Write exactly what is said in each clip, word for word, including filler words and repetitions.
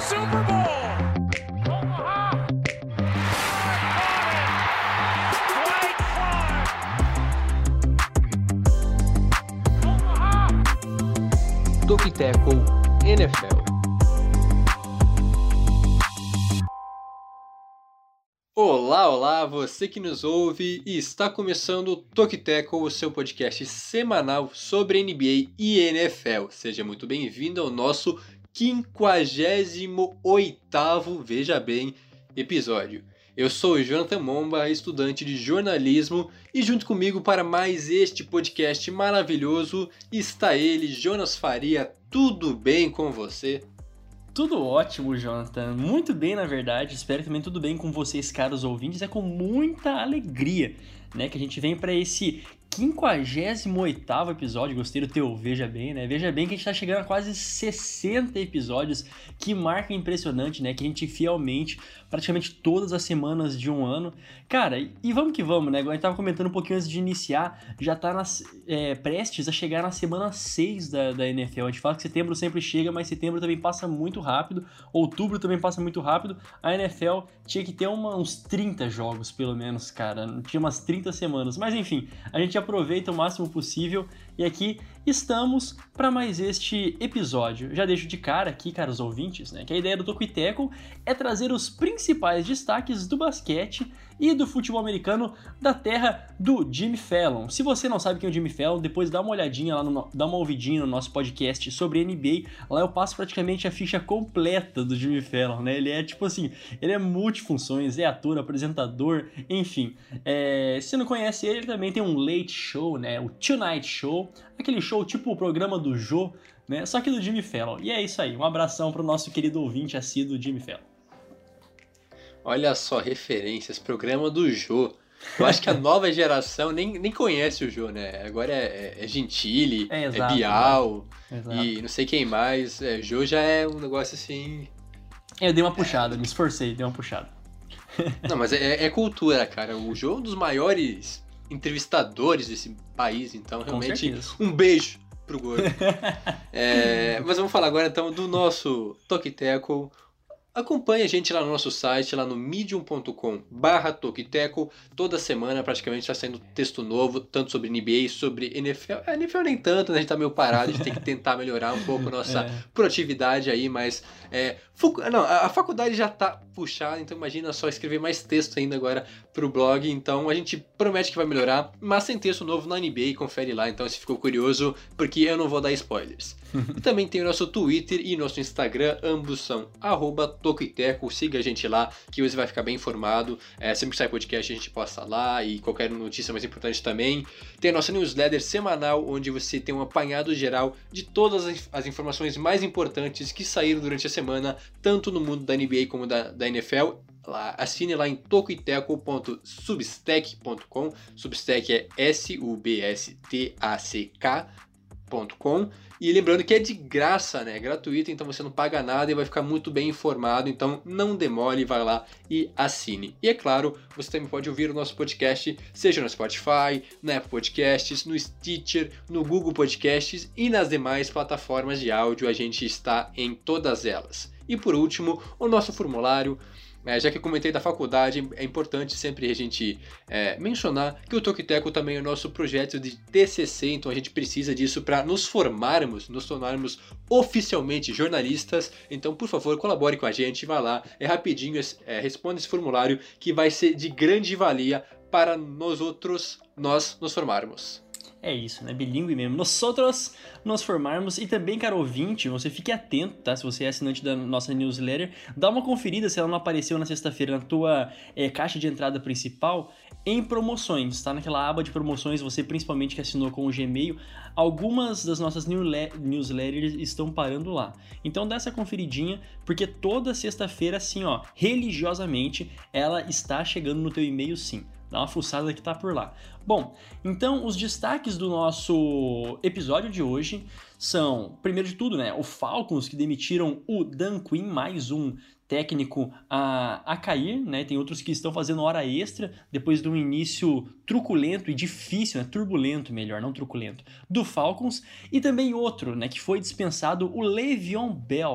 Super Bowl. Omaha. Dwight Clark. Omaha. Talk Tackle N F L. Olá, olá, você que nos ouve e está começando o Talk Tackle, o seu podcast semanal sobre N B A e N F L. Seja muito bem-vindo ao nosso quinquagésimo oitavo, veja bem, episódio. Eu sou o Jonathan Momba, estudante de jornalismo, e junto comigo para mais este podcast maravilhoso está ele, Jonas Faria. Tudo bem com você? Tudo ótimo, Jonathan. Muito bem, na verdade. Espero que também tudo bem com vocês, caros ouvintes. É com muita alegria, né, que a gente vem para esse quinquagésimo oitavo episódio. Gostei do teu veja bem, né? Veja bem que a gente tá chegando a quase sessenta episódios. Que marca impressionante, né? Que a gente fielmente, praticamente todas as semanas de um ano. Cara, e vamos que vamos, né? Agora a gente tava comentando um pouquinho antes de iniciar. Já tá nas, é, prestes a chegar na semana seis da, da N F L. A gente fala que setembro sempre chega, mas setembro também passa muito rápido. Outubro também passa muito rápido. A N F L tinha que ter uma, uns trinta jogos, pelo menos, cara. Tinha umas trinta semanas. Mas enfim, a gente aproveita o máximo possível. E aqui estamos para mais este episódio. Já deixo de cara aqui, caros ouvintes, né, que a ideia do Talk Tackle é trazer os principais destaques do basquete e do futebol americano da terra do Jimmy Fallon. Se você não sabe quem é o Jimmy Fallon, depois dá uma olhadinha lá, no, dá uma ouvidinha no nosso podcast sobre N B A. Lá eu passo praticamente a ficha completa do Jimmy Fallon, né? Ele é tipo assim, ele é multifunções, é ator, apresentador, enfim. É, se você não conhece ele, ele também tem um late show, né? O Tonight Show, aquele show tipo o programa do Jô, né? Só que do Jimmy Fallon. E é isso aí, um abração pro nosso querido ouvinte assíduo Jimmy Fallon. Olha só, referências, programa do Jô. Eu acho que a nova geração nem, nem conhece o Jô, né? Agora é, é, é Gentili, é, exato, é Bial, exato. E não sei quem mais. É, Jô já é um negócio assim... Eu dei uma puxada, é... me esforcei, dei uma puxada. Não, mas é, é cultura, cara. O Jô é um dos maiores entrevistadores desse país, então realmente um beijo pro gordo. é, mas vamos falar agora então do nosso Talk Tackle. Acompanhe a gente lá no nosso site, lá no medium ponto com barra Talk Tackle. Toda semana praticamente está saindo texto novo, tanto sobre N B A, sobre N F L. A N F L nem tanto, né? A gente tá meio parado, a gente tem que tentar melhorar um pouco a nossa é. proatividade aí, mas é, não, a faculdade já tá puxada, então imagina só escrever mais texto ainda agora pro blog. Então a gente promete que vai melhorar, mas tem texto novo na N B A, confere lá, então se ficou curioso, porque eu não vou dar spoilers. E também tem o nosso Twitter e nosso Instagram, ambos são arroba Talk Tackle, siga a gente lá que você vai ficar bem informado. É, sempre que sai podcast a gente posta lá e qualquer notícia mais importante também. Tem a nossa newsletter semanal, onde você tem um apanhado geral de todas as informações mais importantes que saíram durante a semana, tanto no mundo da N B A como da, da N F L. Lá, assine lá em talktackle ponto substack ponto com. Substack é S U B S T A C K ponto com. E lembrando que é de graça, né? É gratuito, então você não paga nada e vai ficar muito bem informado. Então não demore, vai lá e assine. E é claro, você também pode ouvir o nosso podcast, seja no Spotify, na Apple Podcasts, no Stitcher, no Google Podcasts e nas demais plataformas de áudio. A gente está em todas elas. E por último, o nosso formulário. É, já que eu comentei da faculdade, é importante sempre a gente é, mencionar que o Talk Tackle também é o nosso projeto de T C C, então a gente precisa disso para nos formarmos, nos tornarmos oficialmente jornalistas. Então, por favor, colabore com a gente, vá lá, é rapidinho, é, responda esse formulário que vai ser de grande valia para nós outros, nós nos formarmos. É isso, né? Bilíngue mesmo. Nós outros nos formarmos. E também, cara ouvinte, você fique atento, tá? Se você é assinante da nossa newsletter, dá uma conferida se ela não apareceu na sexta-feira na tua é, caixa de entrada principal em promoções, tá? Naquela aba de promoções, você principalmente que assinou com o Gmail, algumas das nossas newsletters estão parando lá. Então dá essa conferidinha, porque toda sexta-feira, assim, ó, religiosamente, ela está chegando no teu e-mail sim. Dá uma fuçada que tá por lá. Bom, então os destaques do nosso episódio de hoje são, primeiro de tudo, né, o Falcons que demitiram o Dan Quinn, mais um técnico a, a cair, né? Tem outros que estão fazendo hora extra depois de um início truculento e difícil, né? Turbulento, melhor, não truculento, do Falcons. E também outro, né, que foi dispensado, o Le'Veon Bell.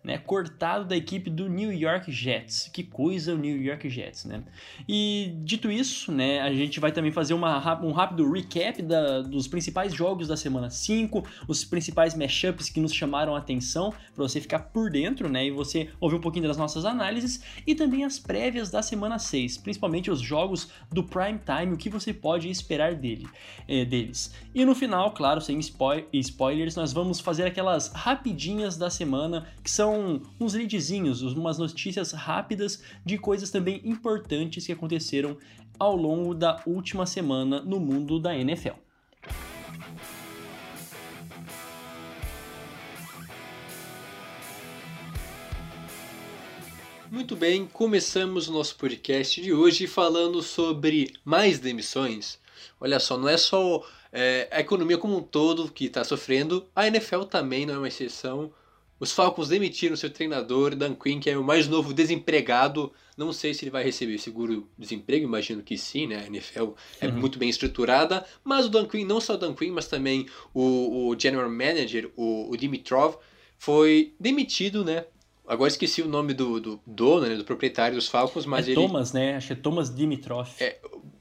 né, cortado da equipe do New York Jets. Que coisa o New York Jets, né? E dito isso, né, a gente vai também fazer uma, um rápido recap da, dos principais jogos da semana cinco, os principais matchups que nos chamaram a atenção, para você ficar por dentro, né, e você ouvir um pouquinho das nossas análises, e também as prévias da semana seis, principalmente os jogos do Prime Time, o que você pode esperar dele, é, deles. E no final, claro, sem spoil- spoilers, nós vamos fazer aquelas rapidinhas da semana, que são uns leadzinhos, umas notícias rápidas de coisas também importantes que aconteceram ao longo da última semana no mundo da N F L. Muito bem, começamos o nosso podcast de hoje falando sobre mais demissões. Olha só, não é só é, a economia como um todo que está sofrendo, a N F L também não é uma exceção. Os Falcons demitiram seu treinador, Dan Quinn, que é o mais novo desempregado. Não sei se ele vai receber seguro-desemprego, imagino que sim, né? A N F L é uhum. muito bem estruturada. Mas o Dan Quinn, não só o Dan Quinn, mas também o, o General Manager, o, o Dimitrov, foi demitido, né? Agora esqueci o nome do, do dono, né? Do proprietário dos Falcons, mas é ele... Thomas, né? Acho que é Thomas Dimitrov. É,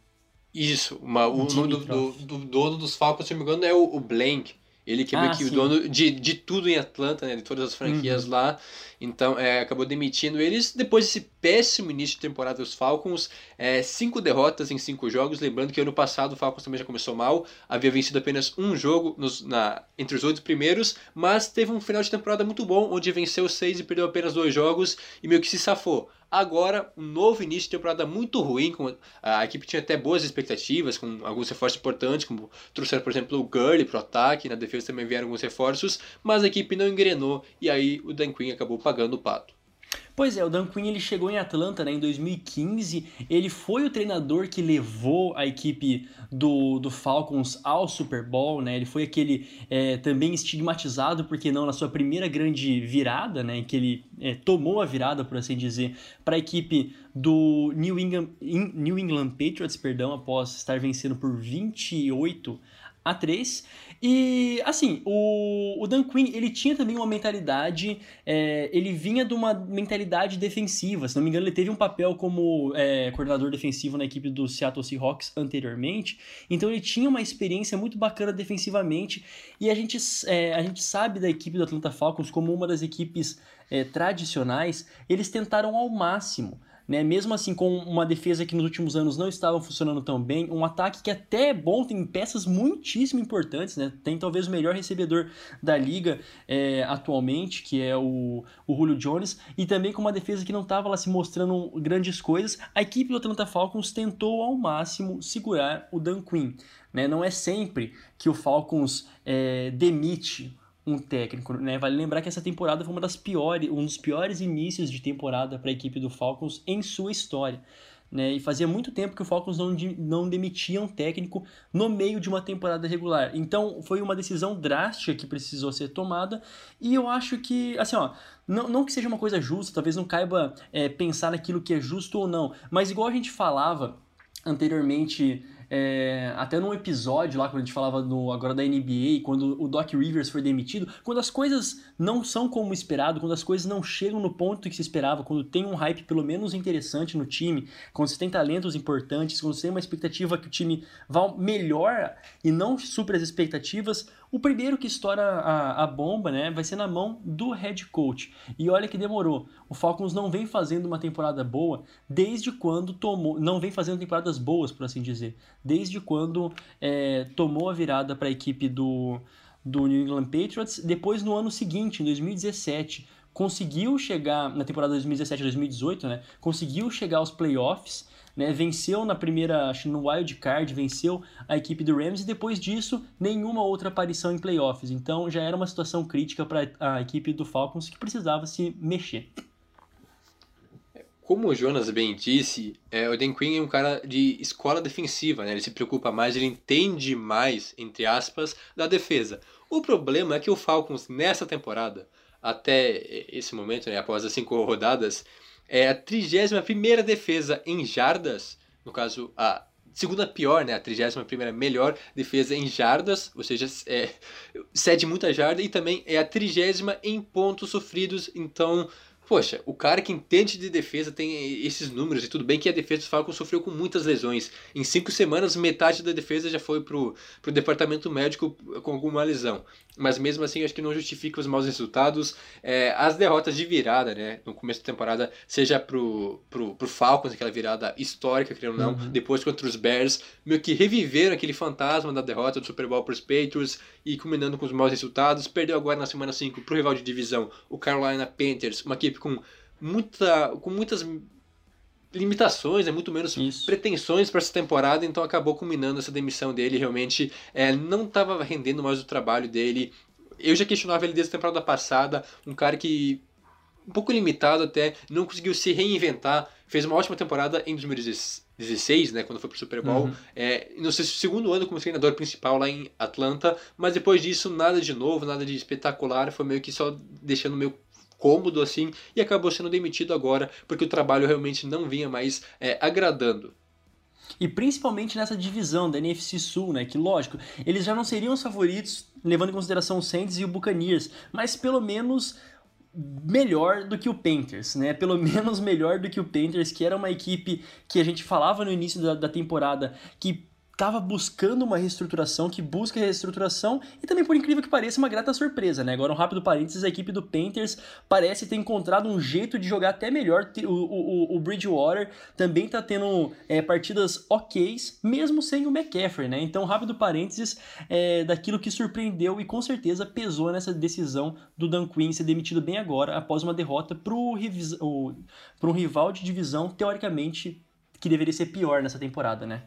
isso, uma, o nome do, do, do dono dos Falcons, se não me engano, é o, o Blank. Ele que é meio ah, que sim. o dono de, de tudo em Atlanta, né? De todas as franquias uhum. lá. Então, é, acabou demitindo eles. Depois desse péssimo início de temporada dos Falcons, é, cinco derrotas em cinco jogos. Lembrando que ano passado o Falcons também já começou mal. Havia vencido apenas um jogo nos, na, entre os oito primeiros. Mas teve um final de temporada muito bom, onde venceu seis e perdeu apenas dois jogos. E meio que se safou. Agora, um novo início de temporada muito ruim. Com, a equipe tinha até boas expectativas, com alguns reforços importantes, como trouxeram, por exemplo, o Gurley para o ataque. Na defesa também vieram alguns reforços, mas a equipe não engrenou. E aí o Dan Quinn acabou pagando o pato. Pois é, o Dan Quinn ele chegou em Atlanta, né, em dois mil e quinze, ele foi o treinador que levou a equipe do, do Falcons ao Super Bowl, né, ele foi aquele é, também estigmatizado, porque não, na sua primeira grande virada, né, que ele é, tomou a virada, por assim dizer, para a equipe do New England, New England Patriots, perdão, após estar vencendo por vinte e oito a três. E, assim, o, o Dan Quinn, ele tinha também uma mentalidade, é, ele vinha de uma mentalidade defensiva. Se não me engano, ele teve um papel como é, coordenador defensivo na equipe do Seattle Seahawks anteriormente. Então, ele tinha uma experiência muito bacana defensivamente. E a gente, é, a gente sabe da equipe do Atlanta Falcons como uma das equipes é, tradicionais. Eles tentaram ao máximo, né? Mesmo assim, com uma defesa que nos últimos anos não estava funcionando tão bem, um ataque que até é bom, tem peças muitíssimo importantes, né? Tem talvez o melhor recebedor da liga é, atualmente, que é o, o Julio Jones, e também com uma defesa que não estava lá se mostrando grandes coisas, a equipe do Atlanta Falcons tentou ao máximo segurar o Dan Quinn, né? Não é sempre que o Falcons é, demite um técnico, né? Vale lembrar que essa temporada foi uma das piores, um dos piores inícios de temporada para a equipe do Falcons em sua história, né? E fazia muito tempo que o Falcons não, não demitia um técnico no meio de uma temporada regular. Então foi uma decisão drástica que precisou ser tomada, e eu acho que, assim, ó, não, não que seja uma coisa justa, talvez não caiba é, pensar naquilo que é justo ou não, mas igual a gente falava anteriormente, É, até num episódio lá, quando a gente falava no, agora da N B A, quando o Doc Rivers foi demitido, quando as coisas não são como esperado, quando as coisas não chegam no ponto que se esperava, quando tem um hype pelo menos interessante no time, quando você tem talentos importantes, quando você tem uma expectativa que o time vá melhor e não supra as expectativas, o primeiro que estoura a, a bomba, né, vai ser na mão do head coach. E olha que demorou. O Falcons não vem fazendo uma temporada boa desde quando tomou... Não vem fazendo temporadas boas, por assim dizer. Desde quando é, tomou a virada para a equipe do, do New England Patriots. Depois, no ano seguinte, em dois mil e dezessete, conseguiu chegar... Na temporada dois mil e dezessete a dois mil e dezoito, né, conseguiu chegar aos playoffs, né, venceu na primeira, acho que no wild card, venceu a equipe do Rams, e depois disso nenhuma outra aparição em playoffs. Então já era uma situação crítica para a equipe do Falcons, que precisava se mexer. Como o Jonas bem disse, é, o Dan Quinn é um cara de escola defensiva, né? Ele se preocupa mais, ele entende mais, entre aspas, da defesa. O problema é que o Falcons, nessa temporada, até esse momento, né, após as cinco rodadas, é a trigésima primeira defesa em jardas, no caso a segunda pior, né? A trigésima primeira melhor defesa em jardas, ou seja, é, cede muita jarda, e também é a trigésima em pontos sofridos. Então, poxa, o cara que entende de defesa tem esses números, e tudo bem que a defesa dos Falcons sofreu com muitas lesões. Em cinco semanas, metade da defesa já foi pro, pro departamento médico com alguma lesão. Mas mesmo assim, eu acho que não justifica os maus resultados. É, as derrotas de virada, né, no começo da temporada, seja pro, pro, pro Falcons, aquela virada histórica, querendo ou não, Uhum. depois contra os Bears, meio que reviveram aquele fantasma da derrota do Super Bowl pros Patriots, e combinando com os maus resultados. Perdeu agora na semana cinco pro rival de divisão, o Carolina Panthers, uma equipe com, muita, com muitas limitações, né, muito menos Isso. pretensões para essa temporada, então acabou culminando essa demissão dele. Realmente é, não estava rendendo mais o trabalho dele. Eu já questionava ele desde a temporada passada, um cara que um pouco limitado até, não conseguiu se reinventar, fez uma ótima temporada em dois mil e dezesseis, né, quando foi pro Super Bowl, Uhum. é, no seu segundo ano como treinador principal lá em Atlanta, mas depois disso nada de novo, nada de espetacular, foi meio que só deixando meio cômodo assim, e acabou sendo demitido agora, porque o trabalho realmente não vinha mais é, agradando. E principalmente nessa divisão da N F C Sul, né? Que, lógico, eles já não seriam os favoritos, levando em consideração o Saints e o Buccaneers, mas pelo menos melhor do que o Panthers, né? Pelo menos melhor do que o Panthers, que era uma equipe que a gente falava no início da, da temporada que estava buscando uma reestruturação, que busca reestruturação, e também, por incrível que pareça, uma grata surpresa, né? Agora, um rápido parênteses, a equipe do Panthers parece ter encontrado um jeito de jogar até melhor. O, o, o Bridgewater também tá tendo é, partidas ok's, mesmo sem o McCaffrey, né? Então, rápido parênteses é, daquilo que surpreendeu e com certeza pesou nessa decisão do Dan Quinn ser demitido bem agora, após uma derrota para um rival de divisão, teoricamente, que deveria ser pior nessa temporada, né?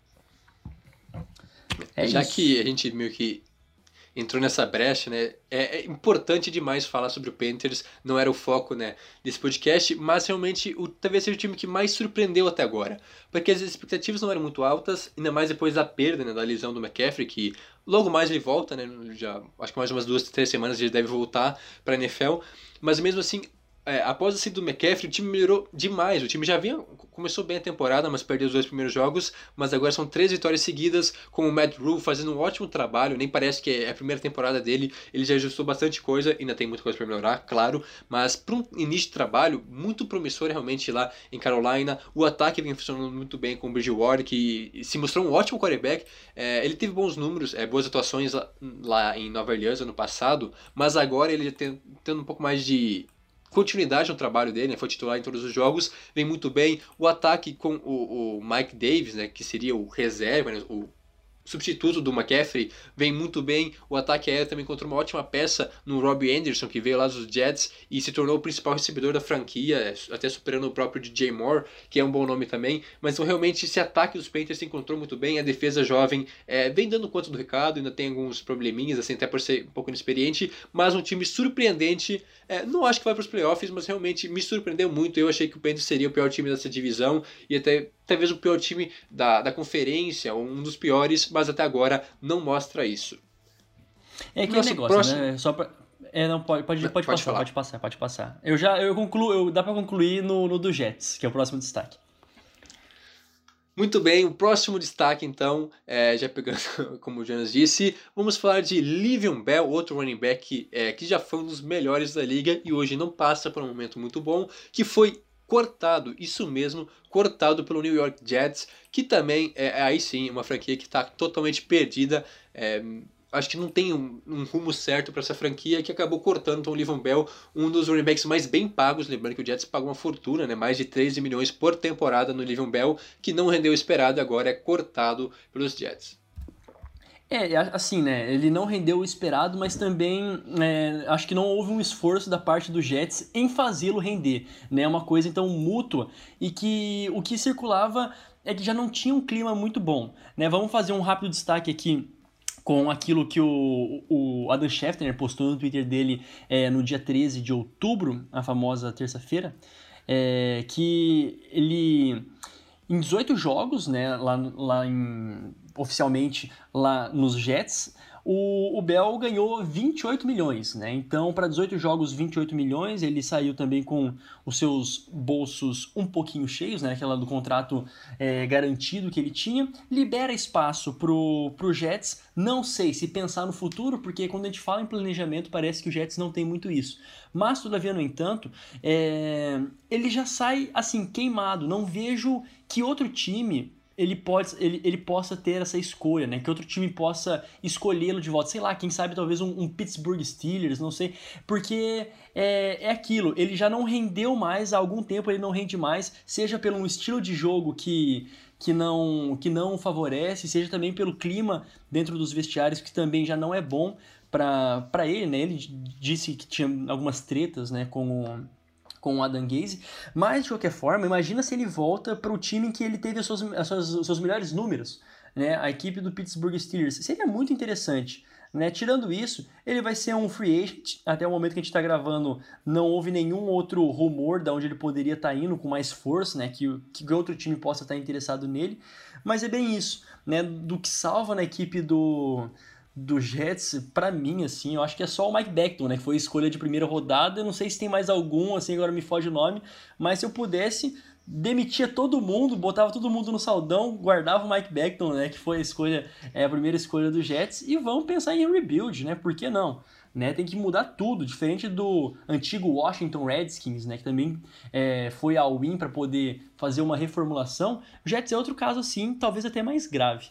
É Já isso. que a gente meio que entrou nessa brecha, né, é, é importante demais falar sobre o Panthers, não era o foco, né, desse podcast, mas realmente o, talvez seja o time que mais surpreendeu até agora, porque as expectativas não eram muito altas, ainda mais depois da perda, né, da lesão do McCaffrey, que logo mais ele volta, né, já, acho que mais umas duas, três semanas ele deve voltar para a N F L, mas mesmo assim, É, após a saída do McCaffrey, o time melhorou demais. O time já vinha, começou bem a temporada, mas perdeu os dois primeiros jogos. Mas agora são três vitórias seguidas, com o Matt Rhule fazendo um ótimo trabalho. Nem parece que é a primeira temporada dele. Ele já ajustou bastante coisa, ainda tem muita coisa para melhorar, claro. Mas para um início de trabalho, muito promissor realmente lá em Carolina. O ataque vem funcionando muito bem com o Bridgewater, que se mostrou um ótimo quarterback. É, ele teve bons números, é, boas atuações lá, lá em Nova Orleans ano passado. Mas agora ele tem, tendo um pouco mais de continuidade no trabalho dele, né? Foi titular em todos os jogos, vem muito bem. O ataque com o, o Mike Davis, né? Que seria o reserva, né? O substituto do McCaffrey, vem muito bem. O ataque aéreo também encontrou uma ótima peça no Robbie Anderson, que veio lá dos Jets e se tornou o principal recebedor da franquia, até superando o próprio D J Moore, que é um bom nome também. Mas então, realmente esse ataque dos Panthers se encontrou muito bem. A defesa jovem é, vem dando conta do recado, ainda tem alguns probleminhas, assim, até por ser um pouco inexperiente, mas um time surpreendente. É, não acho que vai para os playoffs, mas realmente me surpreendeu muito. Eu achei que o Panthers seria o pior time dessa divisão e até talvez o pior time da, da conferência, um dos piores, mas até agora não mostra isso. É aquele Nosso negócio, próximo- né? Só pra... É, não, pode, pode, Não, pode, pode passar, falar. pode passar, pode passar. Eu já, eu concluo, eu, dá pra concluir no, no do Jets, que é o próximo destaque. Muito bem, o próximo destaque então, é, já pegando como o Jonas disse, vamos falar de Le'Veon Bell, outro running back é, que já foi um dos melhores da liga e hoje não passa por um momento muito bom, que foi cortado, isso mesmo, cortado pelo New York Jets, que também é aí sim uma franquia que está totalmente perdida. É, acho que não tem um, um rumo certo para essa franquia, que acabou cortando então, o Le'Veon Bell, um dos running backs mais bem pagos. Lembrando que o Jets pagou uma fortuna, né, mais de treze milhões por temporada no Le'Veon Bell, que não rendeu o esperado e agora é cortado pelos Jets. É, assim, né? Ele não rendeu o esperado, mas também é, acho que não houve um esforço da parte do Jets em fazê-lo render, né? Uma coisa então mútua e que o que circulava é que já não tinha um clima muito bom, né? Vamos fazer um rápido destaque aqui com aquilo que o, o Adam Schefter postou no Twitter dele é, no dia treze de outubro, a famosa terça-feira, é, que ele, em dezoito jogos, né, lá, lá em, oficialmente lá nos Jets, o, o Bell ganhou vinte e oito milhões, né? Então, para dezoito jogos, vinte e oito milhões, ele saiu também com os seus bolsos um pouquinho cheios, né? Aquela do contrato é, garantido que ele tinha. Libera espaço pro, pro Jets. Não sei se pensar no futuro, porque quando a gente fala em planejamento, parece que o Jets não tem muito isso. Mas, todavia, no entanto, é, ele já sai, assim, queimado. Não vejo que outro time... Ele, pode, ele, ele possa ter essa escolha, né? Que outro time possa escolhê-lo de volta. Sei lá, quem sabe talvez um, um Pittsburgh Steelers, não sei. Porque é, é aquilo, ele já não rendeu mais, há algum tempo ele não rende mais, seja pelo um estilo de jogo que, que, não, que não favorece, seja também pelo clima dentro dos vestiários que também já não é bom para ele, né? Ele disse que tinha algumas tretas, né, com o... com o Adam Gase, mas de qualquer forma, imagina se ele volta para o time em que ele teve as suas, as suas, os seus melhores números, né? A equipe do Pittsburgh Steelers. Seria muito interessante, né? Tirando isso, ele vai ser um free agent. Até o momento que a gente está gravando, não houve nenhum outro rumor de onde ele poderia estar tá indo com mais força, né? Que, que outro time possa estar tá interessado nele, mas é bem isso, né? Do que salva na equipe do... do Jets, pra mim, assim, eu acho que é só o Mike Becton, né, que foi a escolha de primeira rodada. Eu não sei se tem mais algum, assim, agora me foge o nome, mas se eu pudesse, demitia todo mundo, botava todo mundo no saldão, guardava o Mike Becton, né, que foi a escolha, é a primeira escolha do Jets, e vamos pensar em rebuild, né, por que não? Né, tem que mudar tudo, diferente do antigo Washington Redskins, né, que também é, foi ao win para poder fazer uma reformulação. O Jets é outro caso, assim, talvez até mais grave.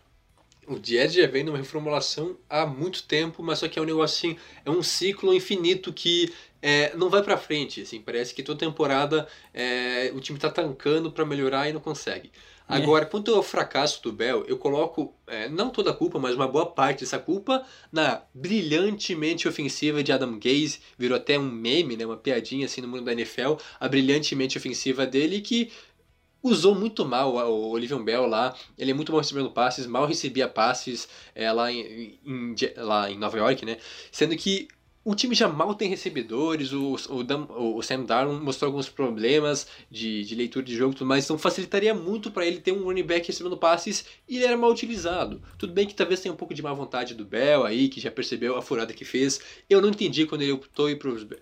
O Jets já vem numa reformulação há muito tempo, mas só que é um negócio assim, é um ciclo infinito que é, não vai pra frente, assim, parece que toda temporada é, o time tá tancando pra melhorar e não consegue. Agora, quanto ao fracasso do Bell, eu coloco, é, não toda a culpa, mas uma boa parte dessa culpa na brilhantemente ofensiva de Adam Gase, virou até um meme, né, uma piadinha assim no mundo da N F L, a brilhantemente ofensiva dele que usou muito mal o Le'Veon Bell lá, ele é muito mal recebendo passes, mal recebia passes é, lá, em, em, lá em Nova York, né? Sendo que o time já mal tem recebedores, o, o, o Sam Darnold mostrou alguns problemas de, de leitura de jogo e tudo mais, então facilitaria muito para ele ter um running back recebendo passes e ele era mal utilizado. Tudo bem que talvez tenha um pouco de má vontade do Bell aí, que já percebeu a furada que fez. Eu não entendi quando ele optou ir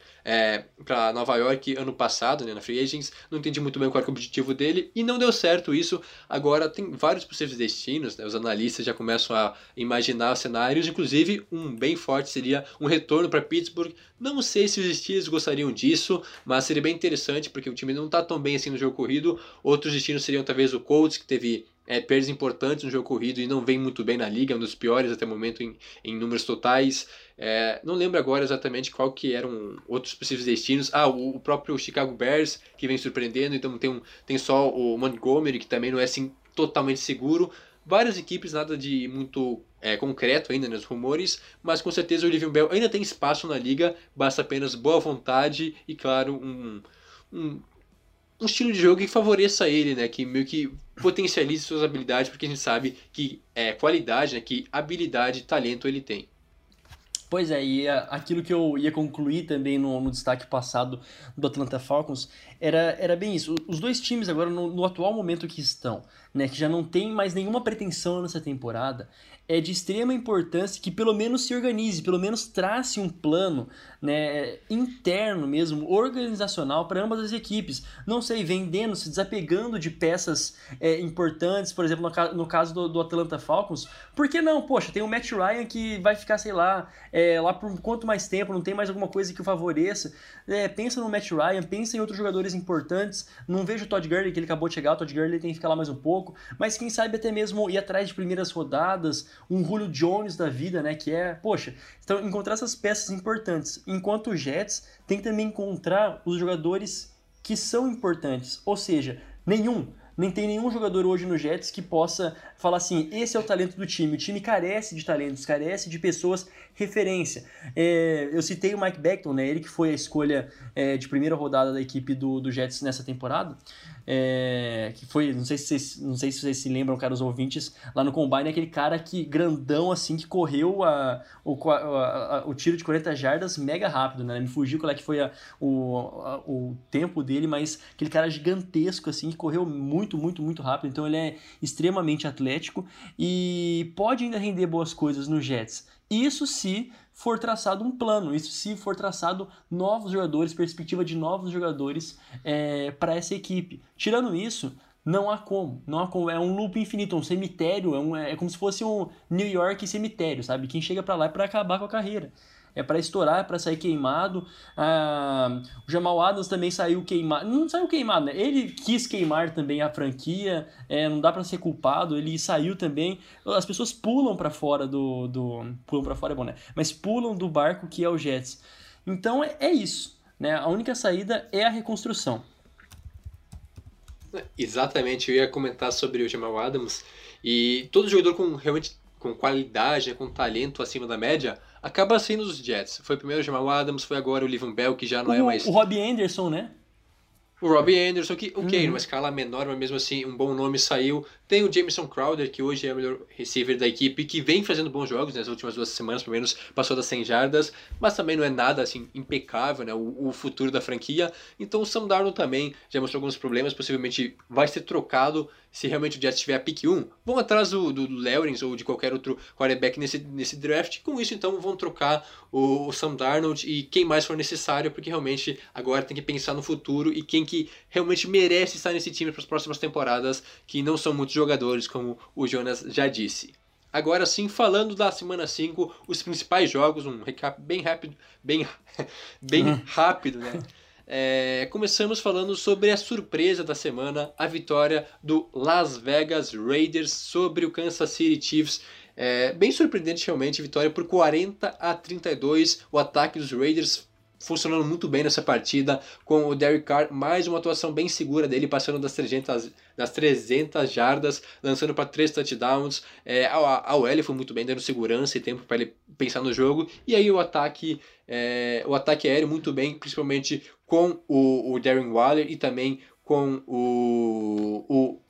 é, para Nova York ano passado, né, na Free Agents, não entendi muito bem qual era o objetivo dele e não deu certo isso. Agora tem vários possíveis destinos, né, os analistas já começam a imaginar cenários, inclusive um bem forte seria um retorno para Pittsburgh. Não sei se os Steelers gostariam disso, mas seria bem interessante porque o time não está tão bem assim no jogo corrido. Outros destinos seriam talvez o Colts, que teve é, perdas importantes no jogo corrido e não vem muito bem na liga, é um dos piores até o momento em, em números totais. É, não lembro agora exatamente qual que eram outros possíveis destinos. Ah, o, o próprio Chicago Bears, que vem surpreendendo, então tem, um, tem só o Montgomery, que também não é assim totalmente seguro. Várias equipes, nada de muito é, concreto ainda nos rumores, mas com certeza o Le'Veon Bell ainda tem espaço na liga, basta apenas boa vontade e, claro, um, um, um estilo de jogo que favoreça ele, né, que meio que potencialize suas habilidades, porque a gente sabe que é qualidade, né, que habilidade e talento ele tem. Pois é, e aquilo que eu ia concluir também no, no destaque passado do Atlanta Falcons era, era bem isso. Os dois times agora, no, no atual momento que estão, né, que já não tem mais nenhuma pretensão nessa temporada, é de extrema importância que pelo menos se organize, pelo menos trace um plano, né, interno mesmo, organizacional para ambas as equipes. Não sei, vendendo, se desapegando de peças é, importantes, por exemplo, no, no caso do, do Atlanta Falcons. Por que não? Poxa, tem o Matt Ryan que vai ficar, sei lá, é, lá por quanto mais tempo, não tem mais alguma coisa que o favoreça. É, pensa no Matt Ryan, pensa em outros jogadores importantes. Não vejo o Todd Gurley, que ele acabou de chegar, o Todd Gurley tem que ficar lá mais um pouco, mas quem sabe até mesmo ir atrás de primeiras rodadas, um Julio Jones da vida, né, que é, poxa, então encontrar essas peças importantes, enquanto o Jets tem que também encontrar os jogadores que são importantes, ou seja, nenhum, nem tem nenhum jogador hoje no Jets que possa falar assim, esse é o talento do time, o time carece de talentos, carece de pessoas referência. É, eu citei o Mike Becton, né, ele que foi a escolha é, de primeira rodada da equipe do, do Jets nessa temporada, é, que foi, não sei, se vocês, não sei se vocês se lembram, caros ouvintes, lá no Combine, aquele cara que, grandão assim, que correu a, o, a, a, o tiro de quarenta jardas mega rápido, né, me fugiu qual é que foi a, o, a, o tempo dele, mas aquele cara gigantesco assim, que correu muito muito, muito, muito rápido, então ele é extremamente atlético e pode ainda render boas coisas no Jets. Isso se for traçado um plano, isso se for traçado novos jogadores, perspectiva de novos jogadores é, para essa equipe. Tirando isso, não há como, não há como, é um loop infinito, um cemitério, é, um, é como se fosse um New York cemitério, sabe? Quem chega para lá é para acabar com a carreira. É para estourar, é para sair queimado. Ah, o Jamal Adams também saiu queimado. Não saiu queimado, né? Ele quis queimar também a franquia. É, não dá para ser culpado. Ele saiu também. As pessoas pulam para fora do, do... Pulam para fora é bom, né? Mas pulam do barco que é o Jets. Então é, é isso, né? A única saída é a reconstrução. Exatamente. Eu ia comentar sobre o Jamal Adams. E todo jogador com realmente com qualidade, com talento acima da média, acaba sendo os Jets. Foi primeiro o Jamal Adams, foi agora o Le'Veon Bell, que já não o, é mais... O Robbie Anderson, né? O Robbie Anderson, que, ok, Uhum. numa escala menor, mas mesmo assim um bom nome saiu. Tem o Jamison Crowder, que hoje é o melhor receiver da equipe, que vem fazendo bons jogos nas últimas duas semanas, pelo menos passou das cem jardas, mas também não é nada assim impecável, né? O, o futuro da franquia. Então o Sam Darnold também já mostrou alguns problemas, possivelmente vai ser trocado se realmente o Jets tiver a pick um. Vão atrás do, do Lawrence ou de qualquer outro quarterback nesse, nesse draft. Com isso, então, vão trocar o, o Sam Darnold e quem mais for necessário, porque realmente agora tem que pensar no futuro e quem que realmente merece estar nesse time para as próximas temporadas, que não são muitos jogadores, como o Jonas já disse. Agora sim, falando da semana cinco, os principais jogos, um recap bem rápido, bem, bem rápido, né? É, começamos falando sobre a surpresa da semana, a vitória do Las Vegas Raiders sobre o Kansas City Chiefs. É, bem surpreendente realmente, vitória por quarenta a trinta e dois, o ataque dos Raiders funcionando muito bem nessa partida, com o Derek Carr, mais uma atuação bem segura dele, passando das trezentas, das trezentas jardas, lançando para três touchdowns. É, a, a O L foi muito bem, dando segurança e tempo para ele pensar no jogo. E aí o ataque, é, o ataque aéreo muito bem, principalmente com o, o Darren Waller e também com o... o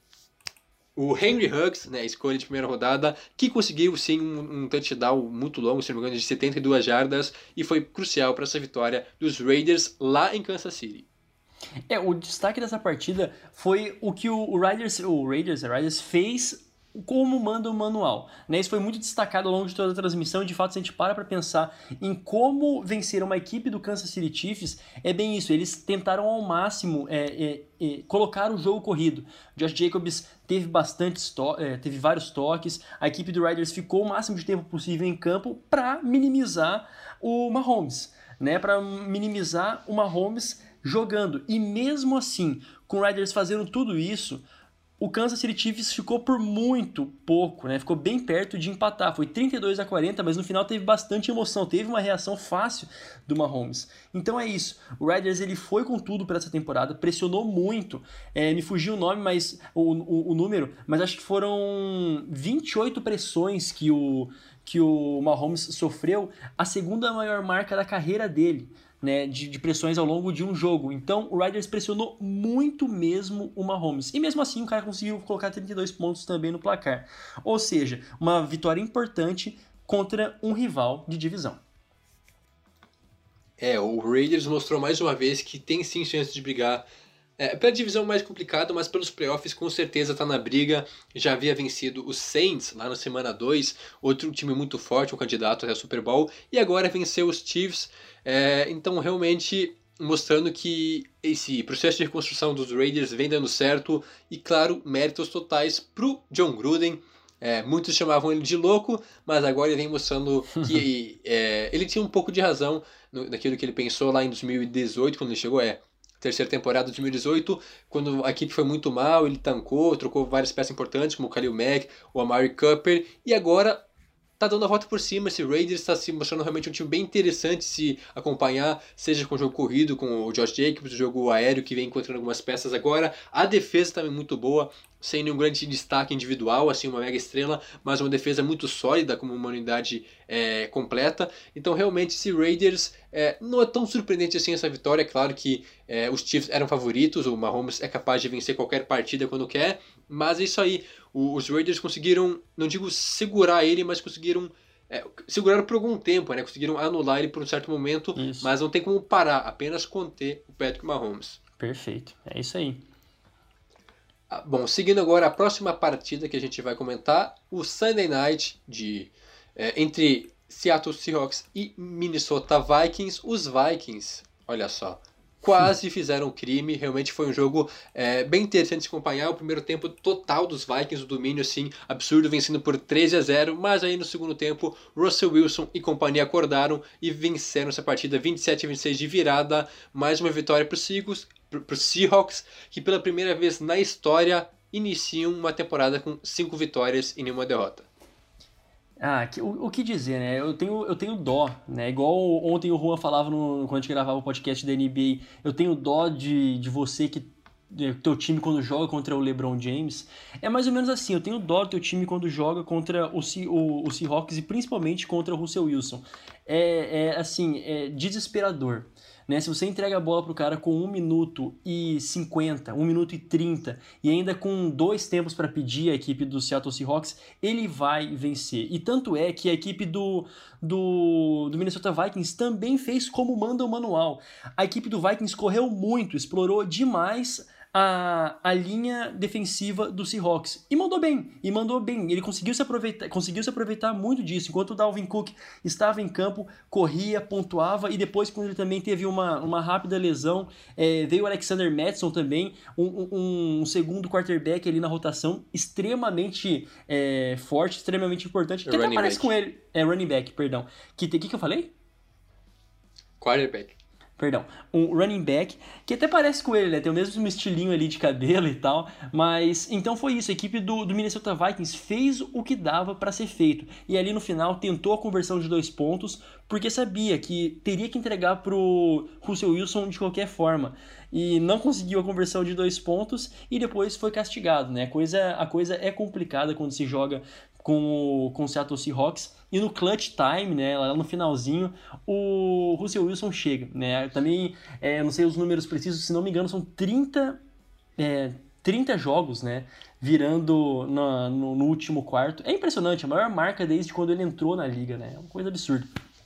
O Henry Huggs, né, escolha de primeira rodada, que conseguiu sim um, um touchdown muito longo, se não me engano, de setenta e duas jardas, e foi crucial para essa vitória dos Raiders lá em Kansas City. É, o destaque dessa partida foi o que o Raiders, o Raiders, o Raiders fez como manda o manual, né? Isso foi muito destacado ao longo de toda a transmissão e de fato se a gente para para pensar em como vencer uma equipe do Kansas City Chiefs, é bem isso, eles tentaram ao máximo é, é, é, colocar o jogo corrido. Josh Jacobs teve bastante é, teve vários toques, a equipe do Raiders ficou o máximo de tempo possível em campo para minimizar o Mahomes, né? Para minimizar o Mahomes jogando, e mesmo assim, com o Raiders fazendo tudo isso, o Kansas City Chiefs ficou por muito pouco, né? Ficou bem perto de empatar. Foi trinta e dois a quarenta, mas no final teve bastante emoção. Teve uma reação fácil do Mahomes. Então é isso. O Raiders ele foi com tudo para essa temporada, pressionou muito. É, me fugiu o nome, mas o, o, o número, mas acho que foram vinte e oito pressões que o, que o Mahomes sofreu, a segunda maior marca da carreira dele, né, de, de pressões ao longo de um jogo. Então o Raiders pressionou muito mesmo o Mahomes. E mesmo assim o cara conseguiu colocar trinta e dois pontos também no placar. Ou seja, uma vitória importante contra um rival de divisão. É, o Raiders mostrou mais uma vez que tem sim chance de brigar é, pela divisão mais complicada, mas pelos playoffs com certeza está na briga. Já havia vencido os Saints lá na semana dois, outro time muito forte, um candidato até Super Bowl, e agora venceu os Chiefs. É, então realmente mostrando que esse processo de reconstrução dos Raiders vem dando certo, e claro, méritos totais pro John Gruden. É, muitos chamavam ele de louco, mas agora ele vem mostrando que é, ele tinha um pouco de razão no, naquilo que ele pensou lá em dois mil e dezoito, quando ele chegou, é, terceira temporada de dois mil e dezoito, quando a equipe foi muito mal, ele tancou, trocou várias peças importantes, como o Khalil Mack, o Amari Cooper, e agora tá dando a volta por cima. Esse Raiders está se mostrando realmente um time bem interessante se acompanhar, seja com o jogo corrido, com o Josh Jacobs, o jogo aéreo que vem encontrando algumas peças agora. A defesa também muito boa, sem nenhum grande destaque individual, assim, uma mega estrela, mas uma defesa muito sólida, como uma unidade é, completa. Então realmente esse Raiders é, não é tão surpreendente assim essa vitória. É claro que é, os Chiefs eram favoritos, o Mahomes é capaz de vencer qualquer partida quando quer, mas é isso aí. Os Raiders conseguiram, não digo segurar ele, mas conseguiram é, segurar por algum tempo, né? Conseguiram anular ele por um certo momento, isso. Mas não tem como parar, apenas conter o Patrick Mahomes. Perfeito, é isso aí. Bom, seguindo agora a próxima partida que a gente vai comentar, o Sunday Night de, é, entre Seattle Seahawks e Minnesota Vikings. Os Vikings, olha só, quase fizeram crime, realmente foi um jogo é, bem interessante de acompanhar. O primeiro tempo total dos Vikings, o domínio assim, absurdo, vencendo por treze a zero, mas aí no segundo tempo, Russell Wilson e companhia acordaram e venceram essa partida vinte e sete a vinte e seis de virada. Mais uma vitória para os Seahawks, para os Seahawks, que pela primeira vez na história iniciam uma temporada com cinco vitórias e nenhuma derrota. Ah, que, o, o que dizer, né? Eu tenho, eu tenho dó, né? Igual ontem o Juan falava no, quando a gente gravava o podcast da N B A, eu tenho dó de, de você que teu time quando joga contra o LeBron James. É mais ou menos assim, eu tenho dó do teu time quando joga contra o, o, o Seahawks e principalmente contra o Russell Wilson. É, é assim, é desesperador. Né? Se você entrega a bola pro cara com um minuto e cinquenta, um minuto e trinta e ainda com dois tempos para pedir a equipe do Seattle Seahawks, ele vai vencer. E tanto é que a equipe do, do, do Minnesota Vikings também fez como manda o manual. A equipe do Vikings correu muito, explorou demais a, a linha defensiva do Seahawks. E mandou bem, e mandou bem. Ele conseguiu se aproveitar, conseguiu se aproveitar muito disso. Enquanto o Dalvin Cook estava em campo, corria, pontuava, e depois, quando ele também teve uma, uma rápida lesão, é, veio o Alexander Mattison também, um, um, um segundo quarterback ali na rotação, extremamente é, forte, extremamente importante, que até aparece com ele. É, running back, perdão. O que, que, que eu falei? Quarterback. Perdão, um running back, que até parece com ele, né? Tem o mesmo estilinho ali de cabelo e tal, mas então foi isso, a equipe do, do Minnesota Vikings fez o que dava para ser feito, e ali no final tentou a conversão de dois pontos, porque sabia que teria que entregar pro Russell Wilson de qualquer forma, e não conseguiu a conversão de dois pontos, e depois foi castigado, né? A coisa, a coisa é complicada quando se joga com o, com o Seattle Seahawks, e no clutch time, né, lá no finalzinho, o Russell Wilson chega, né? Também, é, não sei os números precisos, se não me engano, são trinta, é, trinta jogos, né, virando na, no, no último quarto. É impressionante, a maior marca desde quando ele entrou na liga, né? É uma coisa absurda.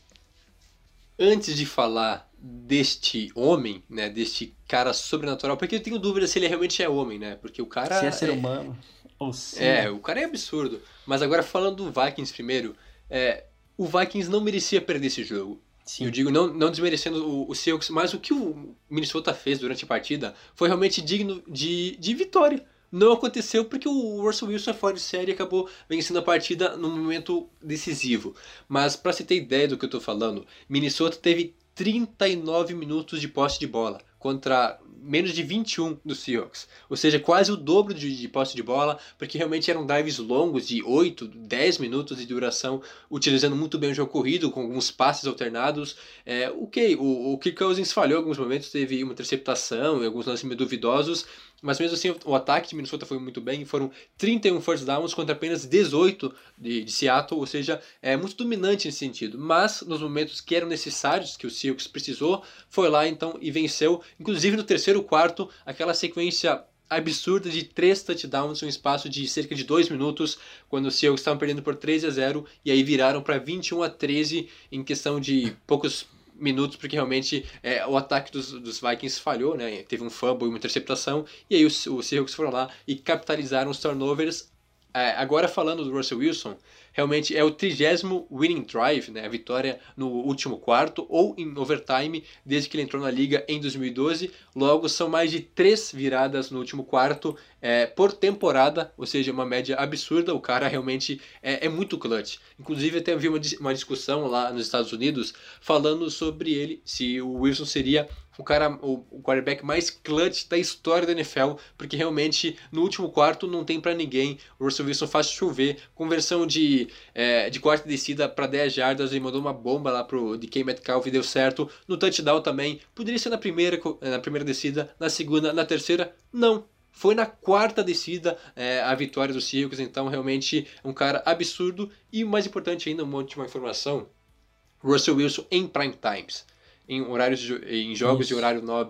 Antes de falar deste homem, né, deste cara sobrenatural, porque eu tenho dúvida se ele realmente é homem, né? Porque o cara se é ser é... humano. Ou se... É, o cara é absurdo. Mas agora falando do Vikings primeiro, é, o Vikings não merecia perder esse jogo. Sim. Eu digo, não, não desmerecendo o, o Seahawks, mas o que o Minnesota fez durante a partida foi realmente digno de, de vitória. Não aconteceu porque o Russell Wilson é fora de série e acabou vencendo a partida num momento decisivo. Mas para você ter ideia do que eu tô falando, Minnesota teve trinta e nove minutos de posse de bola contra menos de vinte e um do Seahawks. Ou seja, quase o dobro de, de posse de bola, porque realmente eram drives longos de oito, dez minutos de duração, utilizando muito bem o jogo corrido, com alguns passes alternados. É, ok, o, o Kirk Cousins falhou em alguns momentos, teve uma interceptação e alguns lances meio duvidosos, mas mesmo assim o ataque de Minnesota foi muito bem, foram trinta e um first downs contra apenas dezoito de, de Seattle, ou seja, é muito dominante nesse sentido. Mas nos momentos que eram necessários, que o Seahawks precisou, foi lá então e venceu, inclusive no terceiro quarto, aquela sequência absurda de três touchdowns em um espaço de cerca de dois minutos, quando os Seahawks estavam perdendo por treze a zero, e aí viraram para vinte e um a treze em questão de poucos minutos, porque realmente é, o ataque dos, dos Vikings falhou, né? Teve um fumble e uma interceptação, e aí os, os Seahawks foram lá e capitalizaram os turnovers. É, agora falando do Russell Wilson, realmente é o trigésimo winning drive, né? A vitória no último quarto ou em overtime desde que ele entrou na liga em dois mil e doze. Logo, são mais de três viradas no último quarto é, por temporada, ou seja, uma média absurda. O cara realmente é, é muito clutch. Inclusive, até havia uma, uma discussão lá nos Estados Unidos falando sobre ele, se o Wilson seria o cara, o, o quarterback mais clutch da história da N F L, porque realmente no último quarto não tem pra ninguém. O Russell Wilson faz chover, conversão de, é, de quarta descida para dez jardas, ele mandou uma bomba lá pro D K Metcalf e deu certo. No touchdown também, poderia ser na primeira, na primeira descida, na segunda, na terceira, não. Foi na quarta descida é, a vitória dos Seahawks, então realmente um cara absurdo. E o mais importante ainda, uma última informação, Russell Wilson em prime times. Em, horários, em jogos Isso. de horário nobre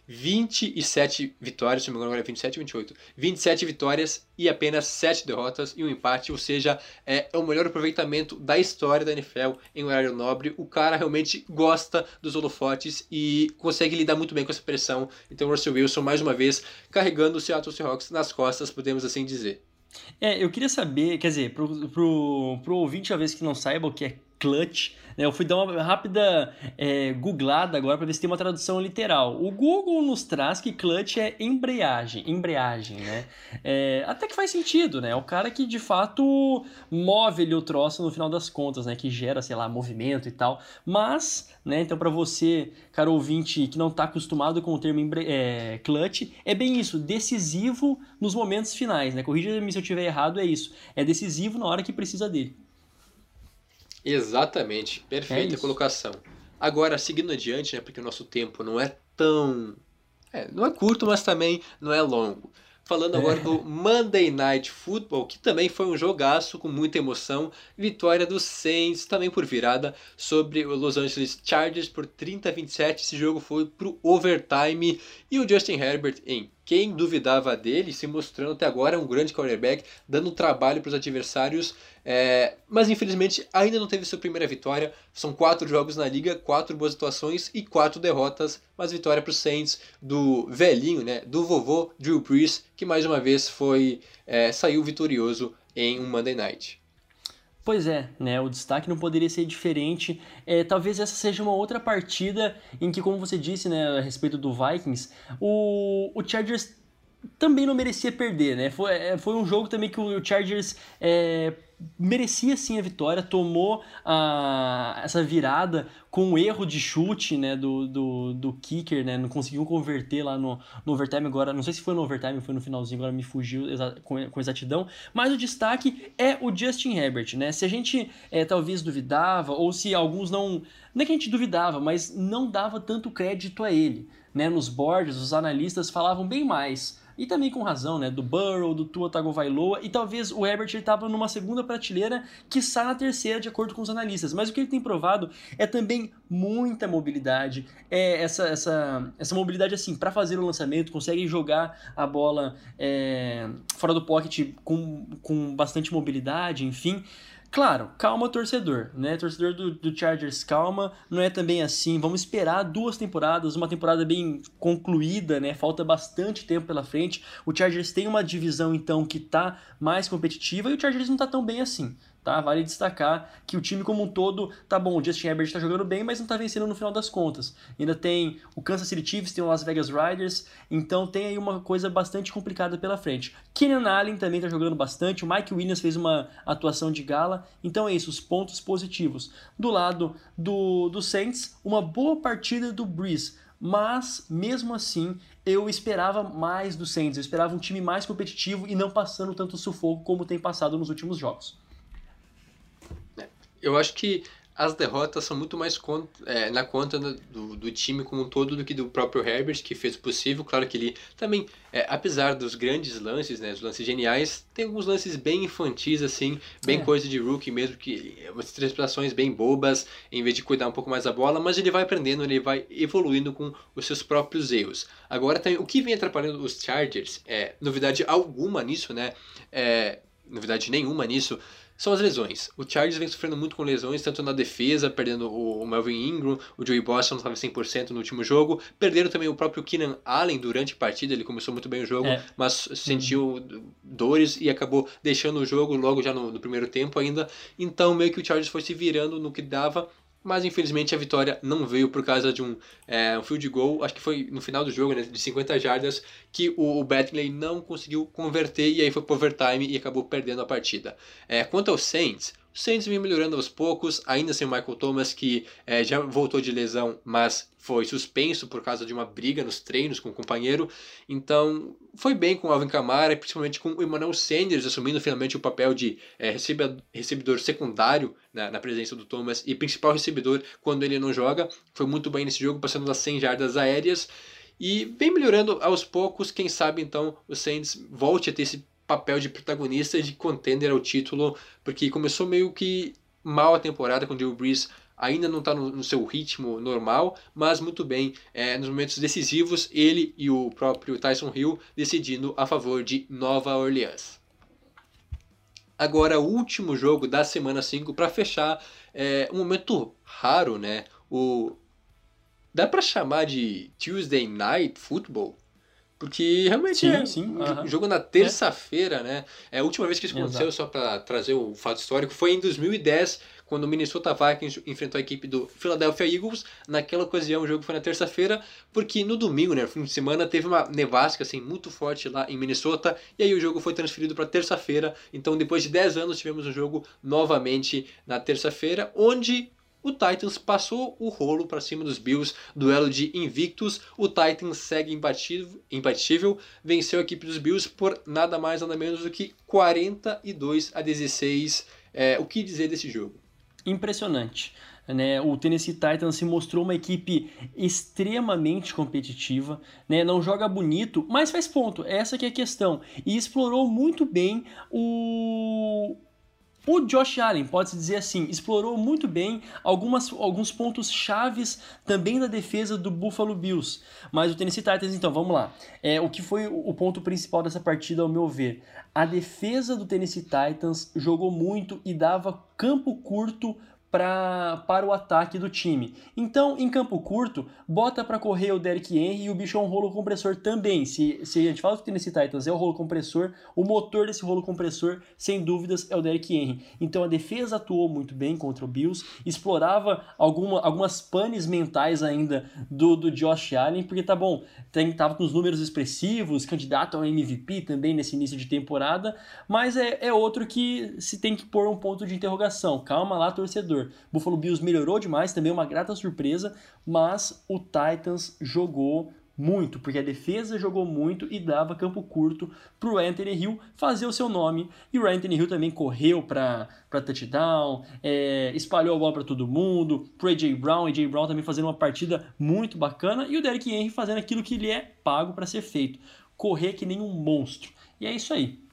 vinte e sete vitórias, se não me engano agora é vinte e sete ou vinte e oito, vinte e sete vitórias e apenas sete derrotas e um empate, ou seja, é o melhor aproveitamento da história da N F L em horário nobre. O cara realmente gosta dos holofotes e consegue lidar muito bem com essa pressão. Então o Russell Wilson, mais uma vez, carregando o Seattle Seahawks nas costas, podemos assim dizer. É, eu queria saber, quer dizer, pro, pro, pro ouvinte, talvez que não saiba o que é clutch, né, eu fui dar uma rápida é, googlada agora para ver se tem uma tradução literal. O Google nos traz que clutch é embreagem, embreagem, né? É, até que faz sentido, né? É o cara que de fato move ali o troço no final das contas, né? Que gera, sei lá, movimento e tal. Mas, né? Então para você, cara ouvinte que não está acostumado com o termo embre... é, clutch, é bem isso, decisivo nos momentos finais, né? Corrija-me se eu estiver errado, é isso. É decisivo na hora que precisa dele. Exatamente, perfeita É colocação. Agora, seguindo adiante, né, porque o nosso tempo não é tão... É, não é curto, mas também não é longo. Falando agora É. do Monday Night Football, que também foi um jogaço com muita emoção. Vitória dos Saints, também por virada, sobre o Los Angeles Chargers por trinta a vinte e sete. Esse jogo foi pro overtime e o Justin Herbert, em quem duvidava dele, se mostrando até agora um grande quarterback, dando trabalho para os adversários, é... mas infelizmente ainda não teve sua primeira vitória. São quatro jogos na liga, quatro boas atuações e quatro derrotas, mas vitória para os Saints do velhinho, né, do vovô Drew Brees, que mais uma vez foi é, saiu vitorioso em um Monday Night. Pois é, né? O destaque não poderia ser diferente. É, talvez essa seja uma outra partida em que, como você disse, né, a respeito do Vikings, o, o Chargers também não merecia perder, né? Foi, foi um jogo também que o Chargers é, merecia sim a vitória, tomou a, essa virada com um erro de chute, né, do, do, do kicker, né? Não conseguiu converter lá no, no overtime agora. Não sei se foi no overtime ou foi no finalzinho, agora me fugiu exa com, com exatidão. Mas o destaque é o Justin Herbert, né? Se a gente é, talvez duvidava, ou se alguns não... Não é que a gente duvidava, mas não dava tanto crédito a ele, né? Nos boards, os analistas falavam bem mais, e também com razão, né, do Burrow, do Tua Tagovailoa, e talvez o Herbert estava numa segunda prateleira, quiçá na terceira, de acordo com os analistas. Mas o que ele tem provado é também muita mobilidade, é essa, essa, essa mobilidade assim, para fazer o lançamento, consegue jogar a bola é, fora do pocket com, com bastante mobilidade, enfim. Claro, calma torcedor, né? Torcedor do, do Chargers, calma, não é também assim, vamos esperar duas temporadas, uma temporada bem concluída, né? Falta bastante tempo pela frente. O Chargers tem uma divisão, então, que tá mais competitiva e o Chargers não tá tão bem assim, tá? Vale destacar que o time como um todo, tá bom, o Justin Herbert tá jogando bem, mas não tá vencendo no final das contas. Ainda tem o Kansas City Chiefs, tem o Las Vegas Raiders, então tem aí uma coisa bastante complicada pela frente. Keenan Allen também tá jogando bastante, o Mike Williams fez uma atuação de gala, então é isso, os pontos positivos. Do lado do, do Saints, uma boa partida do Brees, mas mesmo assim eu esperava mais do Saints, eu esperava um time mais competitivo e não passando tanto sufoco como tem passado nos últimos jogos. Eu acho que as derrotas são muito mais cont é, na conta do, do time como um todo do que do próprio Herbert, que fez o possível. Claro que ele também, é, apesar dos grandes lances, né, os lances geniais, tem alguns lances bem infantis, assim, bem é. coisa de rookie mesmo, que umas interpretações bem bobas, em vez de cuidar um pouco mais da bola, mas ele vai aprendendo, ele vai evoluindo com os seus próprios erros. Agora, tem, o que vem atrapalhando os Chargers, é, novidade alguma nisso, né, é, novidade nenhuma nisso, são as lesões. O Chargers vem sofrendo muito com lesões, tanto na defesa, perdendo o Melvin Ingram, o Joey Boston não estava cem por cento no último jogo, perderam também o próprio Keenan Allen durante a partida, ele começou muito bem o jogo, é. mas sentiu uhum. dores e acabou deixando o jogo logo já no, no primeiro tempo ainda, então meio que o Chargers foi se virando no que dava, mas infelizmente a vitória não veio por causa de um, é, um field goal, acho que foi no final do jogo, né, de cinquenta jardas, que o, o Bentley não conseguiu converter e aí foi pro overtime e acabou perdendo a partida. É, quanto aos Saints, o Saints vem melhorando aos poucos, ainda sem o Michael Thomas, que é, já voltou de lesão, mas foi suspenso por causa de uma briga nos treinos com o companheiro. Então, foi bem com o Alvin Kamara, principalmente com o Emmanuel Sanders assumindo finalmente o papel de é, recebedor secundário na, na presença do Thomas e principal recebedor quando ele não joga. Foi muito bem nesse jogo, passando das cem jardas aéreas. E vem melhorando aos poucos, quem sabe então o Saints volte a ter esse papel de protagonista e de contender ao título, porque começou meio que mal a temporada com o Drew Brees ainda não está no, no seu ritmo normal, mas muito bem, é, nos momentos decisivos, ele e o próprio Tyson Hill decidindo a favor de Nova Orleans. Agora, o último jogo da semana cinco para fechar, é um momento raro, né? O... Dá para chamar de Tuesday Night Football? Porque realmente sim, é sim, um uh-huh. jogo na terça-feira, é. né? É a última vez que isso aconteceu, Exato. só para trazer o fato histórico, foi em dois mil e dez, quando o Minnesota Vikings enfrentou a equipe do Philadelphia Eagles. Naquela ocasião o jogo foi na terça-feira, porque no domingo, né, no fim de semana, teve uma nevasca assim, muito forte lá em Minnesota, e aí o jogo foi transferido para terça-feira. Então depois de dez anos tivemos um jogo novamente na terça-feira, onde o Titans passou o rolo para cima dos Bills, duelo de invictos. O Titans segue imbatível, imbatível, venceu a equipe dos Bills por nada mais nada menos do que quarenta e dois a dezesseis. É, o que dizer desse jogo? Impressionante. Né? O Tennessee Titans se mostrou uma equipe extremamente competitiva, né? Não joga bonito, mas faz ponto, essa que é a questão. E explorou muito bem o... O Josh Allen, pode-se dizer assim, explorou muito bem algumas, alguns pontos chaves também da defesa do Buffalo Bills. Mas o Tennessee Titans, então, vamos lá. É, o que foi o ponto principal dessa partida, ao meu ver? A defesa do Tennessee Titans jogou muito e dava campo curto Pra, para o ataque do time. Então, em campo curto, bota para correr o Derrick Henry e o bicho é um rolo compressor também. Se, se a gente fala que o Tennessee Titans é o rolo compressor, o motor desse rolo compressor, sem dúvidas, é o Derrick Henry. Então, a defesa atuou muito bem contra o Bills, explorava alguma, algumas panes mentais ainda do, do Josh Allen, porque tá bom, tem, tava com os números expressivos, candidato ao M V P também nesse início de temporada, mas é, é outro que se tem que pôr um ponto de interrogação. Calma lá, torcedor. Buffalo Bills melhorou demais, também uma grata surpresa, mas o Titans jogou muito, porque a defesa jogou muito e dava campo curto para o Anthony Hill fazer o seu nome. E o Anthony Hill também correu para touchdown, é, espalhou a bola para todo mundo, para o A J Brown, A J Brown também fazendo uma partida muito bacana, e o Derrick Henry fazendo aquilo que ele é pago para ser feito, correr que nem um monstro. E é isso aí.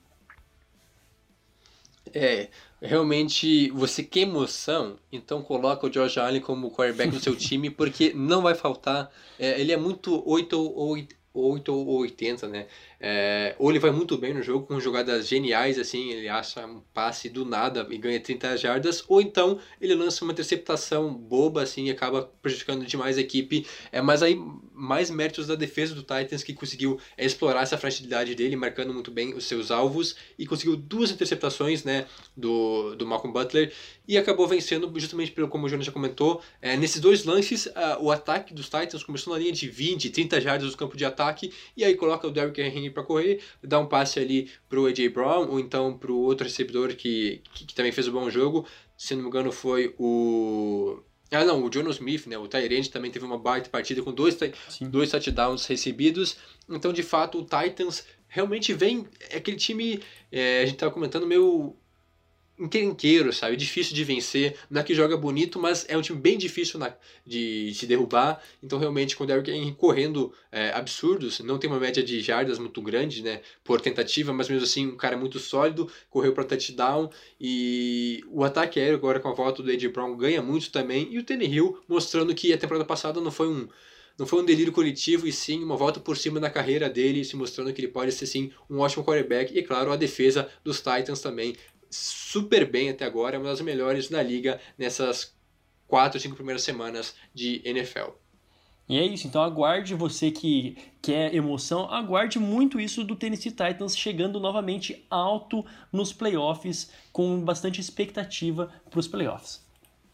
É, realmente você quer emoção, então coloca o Josh Allen como quarterback no seu time, porque não vai faltar. É, ele é muito oito ou oitenta, né? É, ou ele vai muito bem no jogo, com jogadas geniais, assim, ele acha um passe do nada e ganha trinta jardas, ou então ele lança uma interceptação boba, assim, e acaba prejudicando demais a equipe. É, mas aí, mais méritos da defesa do Titans, que conseguiu é, explorar essa fragilidade dele, marcando muito bem os seus alvos, e conseguiu duas interceptações, né, do, do Malcolm Butler, e acabou vencendo justamente pelo, como o Jonas já comentou, é, nesses dois lances, uh, o ataque dos Titans começou na linha de vinte, trinta jardas do campo de ataque, e aí coloca o Derrick Henry para correr, dá um passe ali pro A J Brown, ou então pro outro recebedor que, que, que também fez um bom jogo, se não me engano foi o... Ah não, o Jono Smith, né, o Tyrant também teve uma baita partida com dois, dois touchdowns recebidos. Então de fato o Titans realmente vem, é aquele time, é, a gente tava comentando, meio encrenqueiro, sabe? Difícil de vencer, não é que joga bonito, mas é um time bem difícil na, de se derrubar. Então realmente com o Derrick Henry correndo é, absurdos, não tem uma média de jardas muito grande, né, por tentativa, mas mesmo assim um cara muito sólido, correu para touchdown. E o ataque aéreo agora com a volta do A J Brown ganha muito também, e o Tannehill mostrando que a temporada passada não foi um Não foi um delírio coletivo, e sim uma volta por cima na carreira dele, se mostrando que ele pode ser sim um ótimo quarterback. E claro, a defesa dos Titans também super bem até agora, é uma das melhores da liga nessas quatro, cinco primeiras semanas de N F L. E é isso, então aguarde, você que quer emoção, aguarde muito isso do Tennessee Titans chegando novamente alto nos playoffs, com bastante expectativa para os playoffs.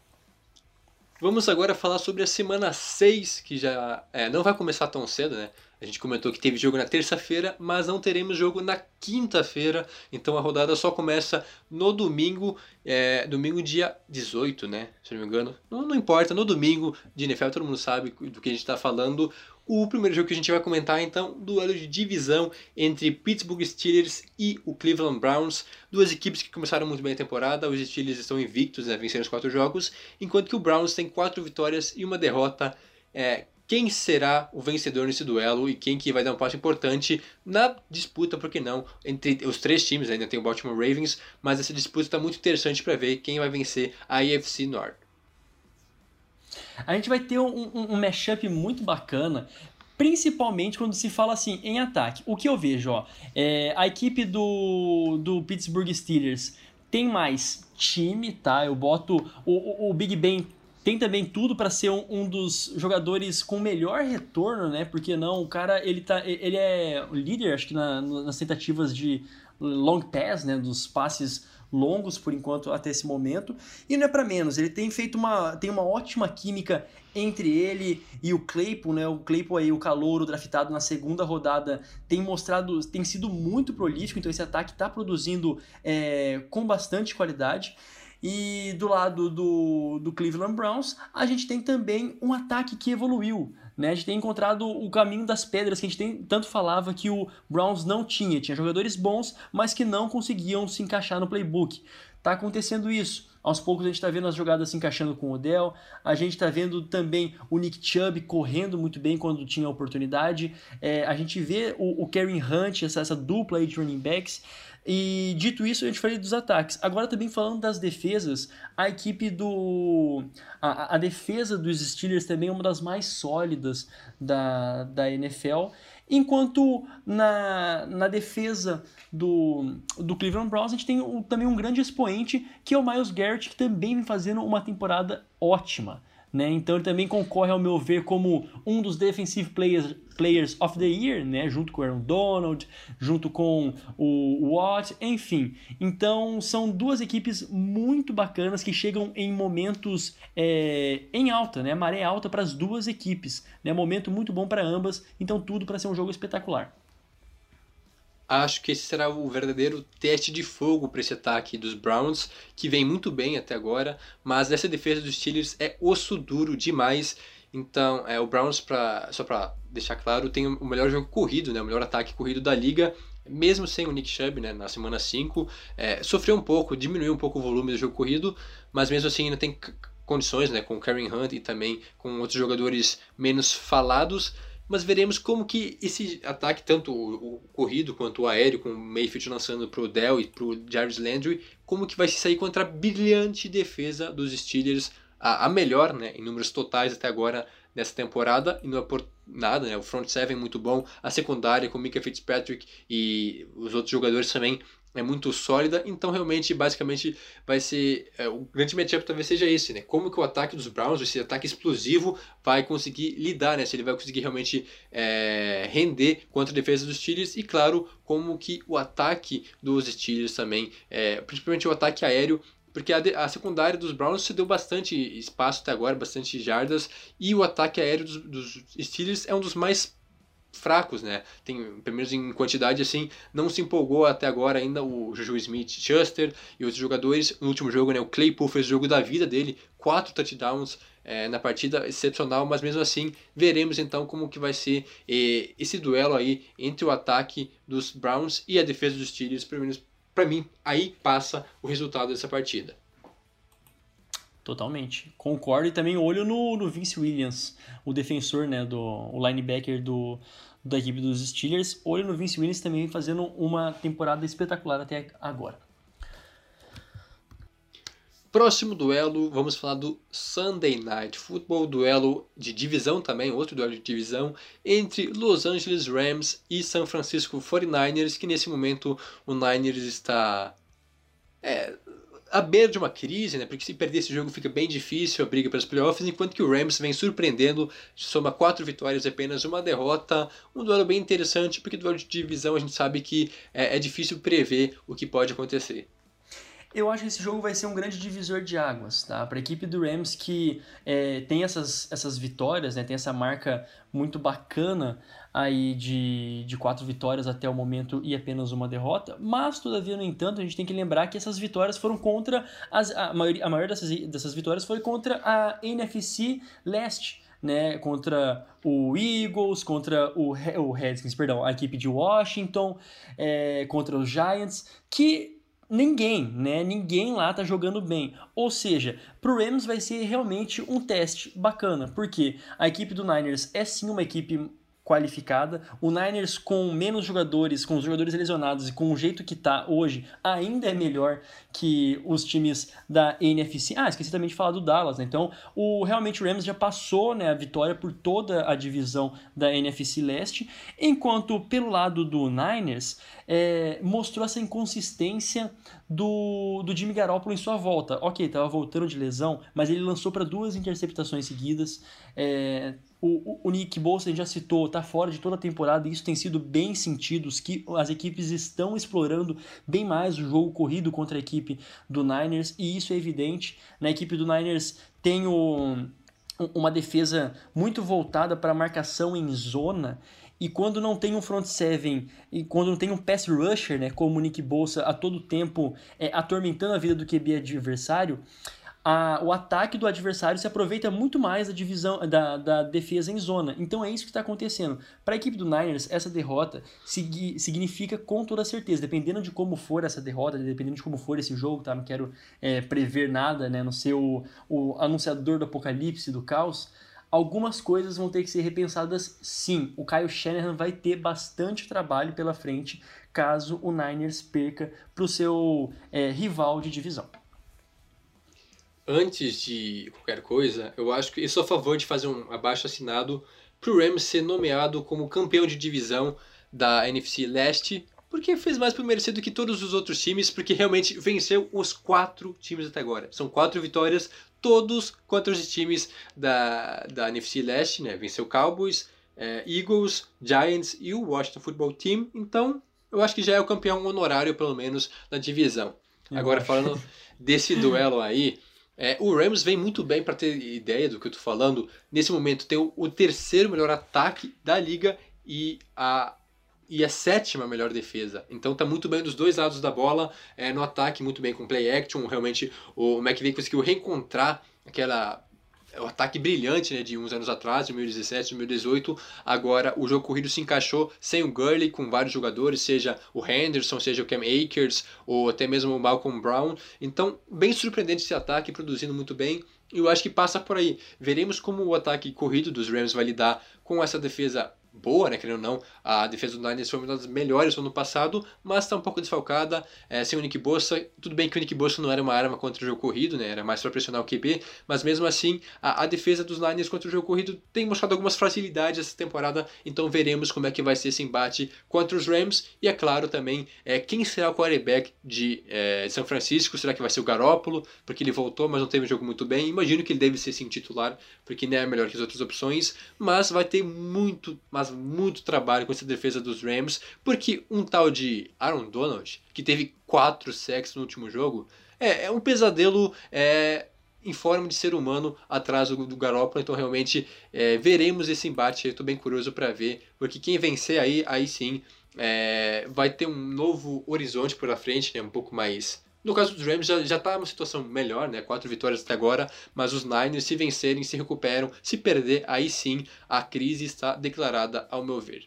Vamos agora falar sobre a semana seis, que já é, não vai começar tão cedo, né? A gente comentou que teve jogo na terça-feira, mas não teremos jogo na quinta-feira, então a rodada só começa no domingo, é, domingo dia dezoito, né? Se não me engano. Não, não importa, no domingo de N F L, todo mundo sabe do que a gente está falando. O primeiro jogo que a gente vai comentar, então, duelo de divisão entre Pittsburgh Steelers e o Cleveland Browns. Duas equipes que começaram muito bem a temporada. Os Steelers estão invictos, né, vencendo os quatro jogos, enquanto que o Browns tem quatro vitórias e uma derrota. É, quem será o vencedor nesse duelo e quem que vai dar um passo importante na disputa, por que não, entre os três times? Ainda tem o Baltimore Ravens, mas essa disputa está muito interessante para ver quem vai vencer a A F C North. A gente vai ter um, um, um mashup muito bacana, principalmente quando se fala assim em ataque. O que eu vejo, ó, é, a equipe do, do Pittsburgh Steelers tem mais time, tá? Eu boto o, o, o Big Ben. Tem também tudo para ser um, um dos jogadores com melhor retorno, né? Porque não, o cara ele, tá, ele é o líder, acho que na, nas tentativas de long pass, né? Dos passes longos por enquanto até esse momento. E não é para menos, ele tem feito uma, tem uma ótima química entre ele e o Claypool, né? O Claypool aí, o calouro draftado na segunda rodada, tem mostrado, tem sido muito prolífico, então esse ataque está produzindo é, com bastante qualidade. E do lado do, do Cleveland Browns, a gente tem também um ataque que evoluiu, né? A gente tem encontrado o caminho das pedras que a gente tem, tanto falava que o Browns não tinha. Tinha jogadores bons, mas que não conseguiam se encaixar no playbook. Tá acontecendo isso. Aos poucos a gente está vendo as jogadas se encaixando com o Odell. A gente está vendo também o Nick Chubb correndo muito bem quando tinha a oportunidade. É, a gente vê o, o Kareem Hunt, essa, essa dupla aí de running backs. E dito isso, a gente falei dos ataques. Agora também falando das defesas, a equipe do... A, a defesa dos Steelers também é uma das mais sólidas da, da N F L. Enquanto na, na defesa do, do Cleveland Browns, a gente tem um, também um grande expoente, que é o Myles Garrett, que também vem fazendo uma temporada ótima. Né? Então ele também concorre, ao meu ver, como um dos Defensive Players, players of the Year, né? Junto com o Aaron Donald, junto com o Watt, enfim. Então são duas equipes muito bacanas que chegam em momentos é, em alta, né? Maré alta para as duas equipes. Né? Momento muito bom para ambas, então tudo para ser um jogo espetacular. Acho que esse será o verdadeiro teste de fogo para esse ataque dos Browns, que vem muito bem até agora, mas essa defesa dos Steelers é osso duro demais. Então, é, o Browns, pra, só para deixar claro, tem o melhor jogo corrido, né, o melhor ataque corrido da liga, mesmo sem o Nick Chubb, né, na semana cinco. É, sofreu um pouco, diminuiu um pouco o volume do jogo corrido, mas mesmo assim ainda tem condições, né, com o Kareem Hunt e também com outros jogadores menos falados. Mas veremos como que esse ataque, tanto o, o corrido quanto o aéreo, com o Mayfield lançando para o Dell e para o Jarvis Landry, como que vai se sair contra a brilhante defesa dos Steelers, a, a melhor, né, em números totais até agora nessa temporada, e não é por nada, né, o front seven é muito bom, a secundária com o Micah Fitzpatrick e os outros jogadores também é muito sólida, então realmente, basicamente, vai ser, é, o grande matchup talvez seja esse, né, como que o ataque dos Browns, esse ataque explosivo, vai conseguir lidar, né, se ele vai conseguir realmente é, render contra a defesa dos Steelers, e claro, como que o ataque dos Steelers também, é, principalmente o ataque aéreo, porque a, de, a secundária dos Browns se deu bastante espaço até agora, bastante jardas, e o ataque aéreo dos, dos Steelers é um dos mais fracos, né? Tem, pelo menos em quantidade, assim, não se empolgou até agora ainda o Juju Smith-Schuster e outros jogadores. No último jogo, né, o Claypool fez o jogo da vida dele, quatro touchdowns é, na partida, excepcional, mas mesmo assim, veremos então como que vai ser eh, esse duelo aí entre o ataque dos Browns e a defesa dos Steelers, pelo menos para mim, aí passa o resultado dessa partida. Totalmente. Concordo, e também olho no, no Vince Williams, o defensor, né, do, o linebacker do, da equipe dos Steelers. Olho no Vince Williams também fazendo uma temporada espetacular até agora. Próximo duelo, vamos falar do Sunday Night Football, duelo de divisão também, outro duelo de divisão, entre Los Angeles Rams e San Francisco forty-niners, que nesse momento o Niners está é, à beira de uma crise, né? Porque se perder esse jogo fica bem difícil a briga para os playoffs, enquanto que o Rams vem surpreendendo, soma quatro vitórias e apenas uma derrota. Um duelo bem interessante, porque duelo de divisão a gente sabe que é, é difícil prever o que pode acontecer. Eu acho que esse jogo vai ser um grande divisor de águas, tá? Para a equipe do Rams, que é, tem essas, essas vitórias, né? Tem essa marca muito bacana aí de, de quatro vitórias até o momento e apenas uma derrota, mas todavia, no entanto, a gente tem que lembrar que essas vitórias foram contra as, a maioria, a maior dessas, dessas vitórias foi contra a N F C Leste, né, contra o Eagles, contra o, o Redskins, perdão, a equipe de Washington, é, contra os Giants, que ninguém, né? Ninguém lá tá jogando bem. Ou seja, pro Rams vai ser realmente um teste bacana, porque a equipe do Niners é sim uma equipe qualificada. O Niners, com menos jogadores, com os jogadores lesionados e com o jeito que tá hoje, ainda é melhor que os times da N F C. Ah, esqueci também de falar do Dallas, né? Então, o, realmente o Rams já passou, né, a vitória por toda a divisão da N F C Leste, enquanto pelo lado do Niners, é, mostrou essa inconsistência do, do Jimmy Garoppolo em sua volta. Ok, estava voltando de lesão, mas ele lançou para duas interceptações seguidas. É, o, o Nick Bosa, a gente já citou, está fora de toda a temporada e isso tem sido bem sentido. Que as equipes estão explorando bem mais o jogo corrido contra a equipe do Niners e isso é evidente. Na equipe do Niners tem o, uma defesa muito voltada para a marcação em zona. E quando não tem um front seven, e quando não tem um pass rusher, né, como o Nick Bosa a todo tempo é, atormentando a vida do Q B adversário, a, o ataque do adversário se aproveita muito mais da divisão da, da defesa em zona. Então é isso que está acontecendo. Para a equipe do Niners, essa derrota sig, significa com toda certeza, dependendo de como for essa derrota, dependendo de como for esse jogo, tá? Não quero é, prever nada, né, não ser o, o anunciador do apocalipse, do caos. Algumas coisas vão ter que ser repensadas sim. O Kyle Shanahan vai ter bastante trabalho pela frente caso o Niners perca para o seu é, rival de divisão. Antes de qualquer coisa, eu acho que eu sou a favor de fazer um abaixo-assinado para o Rams ser nomeado como campeão de divisão da N F C Leste, porque fez mais por merecer do que todos os outros times, porque realmente venceu os quatro times até agora. São quatro vitórias, todos contra os times da, da N F C Leste, né? Venceu Cowboys, é, Eagles, Giants e o Washington Football Team. Então, eu acho que já é o campeão honorário, pelo menos, da divisão. Eu Agora, acho. falando desse duelo aí, é, o Rams vem muito bem, para ter ideia do que eu tô falando. Nesse momento, tem o, o terceiro melhor ataque da liga e a e a sétima melhor defesa. Então tá muito bem dos dois lados da bola, é, no ataque muito bem com play action. Realmente o McVay conseguiu reencontrar aquela o ataque brilhante, né, de uns anos atrás, de dois mil e dezessete, dois mil e dezoito. Agora o jogo corrido se encaixou sem o Gurley, com vários jogadores, seja o Henderson, seja o Cam Akers, ou até mesmo o Malcolm Brown. Então, bem surpreendente esse ataque, produzindo muito bem. E eu acho que passa por aí. Veremos como o ataque corrido dos Rams vai lidar com essa defesa boa, né, querendo ou não. A defesa do Niners foi uma das melhores no ano passado, mas está um pouco desfalcada, é, sem o Nick Bosa. Tudo bem que o Nick Bosa não era uma arma contra o jogo corrido, né, era mais para pressionar o Q B, mas mesmo assim a, a defesa dos Niners contra o jogo corrido tem mostrado algumas fragilidades essa temporada. Então veremos como é que vai ser esse embate contra os Rams. E é claro também é, quem será o quarterback de, é, de São Francisco. Será que vai ser o Garoppolo, porque ele voltou, mas não teve um jogo muito bem. Imagino que ele deve ser sim titular, porque não é melhor que as outras opções, mas vai ter muito, mas muito trabalho com essa defesa dos Rams, porque um tal de Aaron Donald, que teve quatro sacks no último jogo, é, é um pesadelo é, em forma de ser humano atrás do, do Garoppolo. Então realmente é, veremos esse embate. Eu estou bem curioso para ver, porque quem vencer aí, aí sim é, vai ter um novo horizonte pela frente, né, um pouco mais... No caso dos Rams já está numa situação melhor, né? Quatro vitórias até agora, mas os Niners, se vencerem, se recuperam. Se perder, aí sim a crise está declarada, ao meu ver.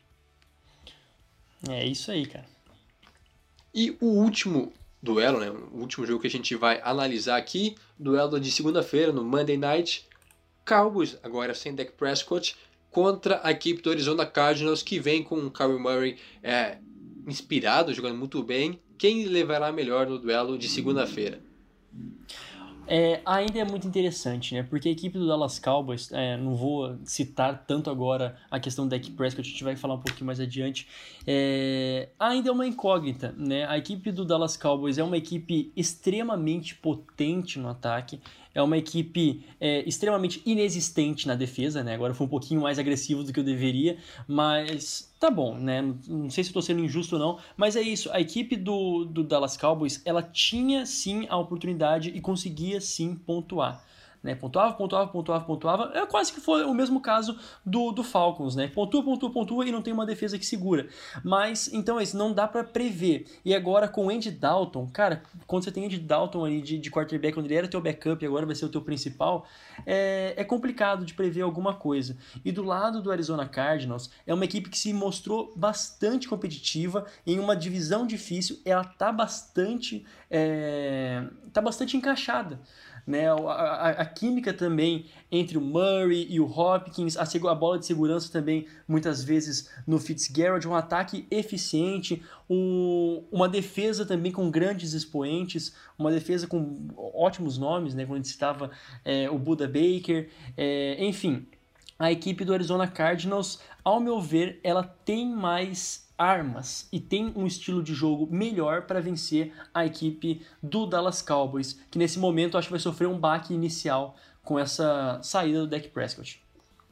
É isso aí, cara. E o último duelo, né? O último jogo que a gente vai analisar aqui, duelo de segunda-feira no Monday Night, Cowboys, agora sem Dak Prescott, contra a equipe do Arizona Cardinals, que vem com o Kyler Murray é, inspirado, jogando muito bem. Quem levará melhor no duelo de segunda-feira? É, ainda é muito interessante, né? Porque a equipe do Dallas Cowboys, é, não vou citar tanto agora a questão do Dak Prescott, a gente vai falar um pouquinho mais adiante, é, ainda é uma incógnita, né? A equipe do Dallas Cowboys é uma equipe extremamente potente no ataque, é uma equipe é, extremamente inexistente na defesa, né? Agora foi um pouquinho mais agressivo do que eu deveria, mas tá bom, né? Não sei se estou sendo injusto ou não, mas é isso. A equipe do, do Dallas Cowboys, ela tinha sim a oportunidade e conseguia sim pontuar. Né? Pontuava, pontuava, pontuava, pontuava. É quase que foi o mesmo caso do, do Falcons, né? Pontua, pontua, pontua e não tem uma defesa que segura. Mas, então é isso, não dá pra prever. E agora com o Andy Dalton, cara, quando você tem Andy Dalton ali de, de quarterback, quando ele era teu backup e agora vai ser o teu principal, é, é complicado de prever alguma coisa. E do lado do Arizona Cardinals, é uma equipe que se mostrou bastante competitiva em uma divisão difícil. Ela tá bastante, é, tá bastante encaixada. né? A, a, a química também entre o Murray e o Hopkins, a, a bola de segurança também muitas vezes no Fitzgerald, um ataque eficiente, um, uma defesa também com grandes expoentes, uma defesa com ótimos nomes, né? Quando a gente citava é, o Buda Baker, é, enfim, a equipe do Arizona Cardinals, ao meu ver, ela tem mais armas e tem um estilo de jogo melhor para vencer a equipe do Dallas Cowboys, que nesse momento acho que vai sofrer um baque inicial com essa saída do Dak Prescott.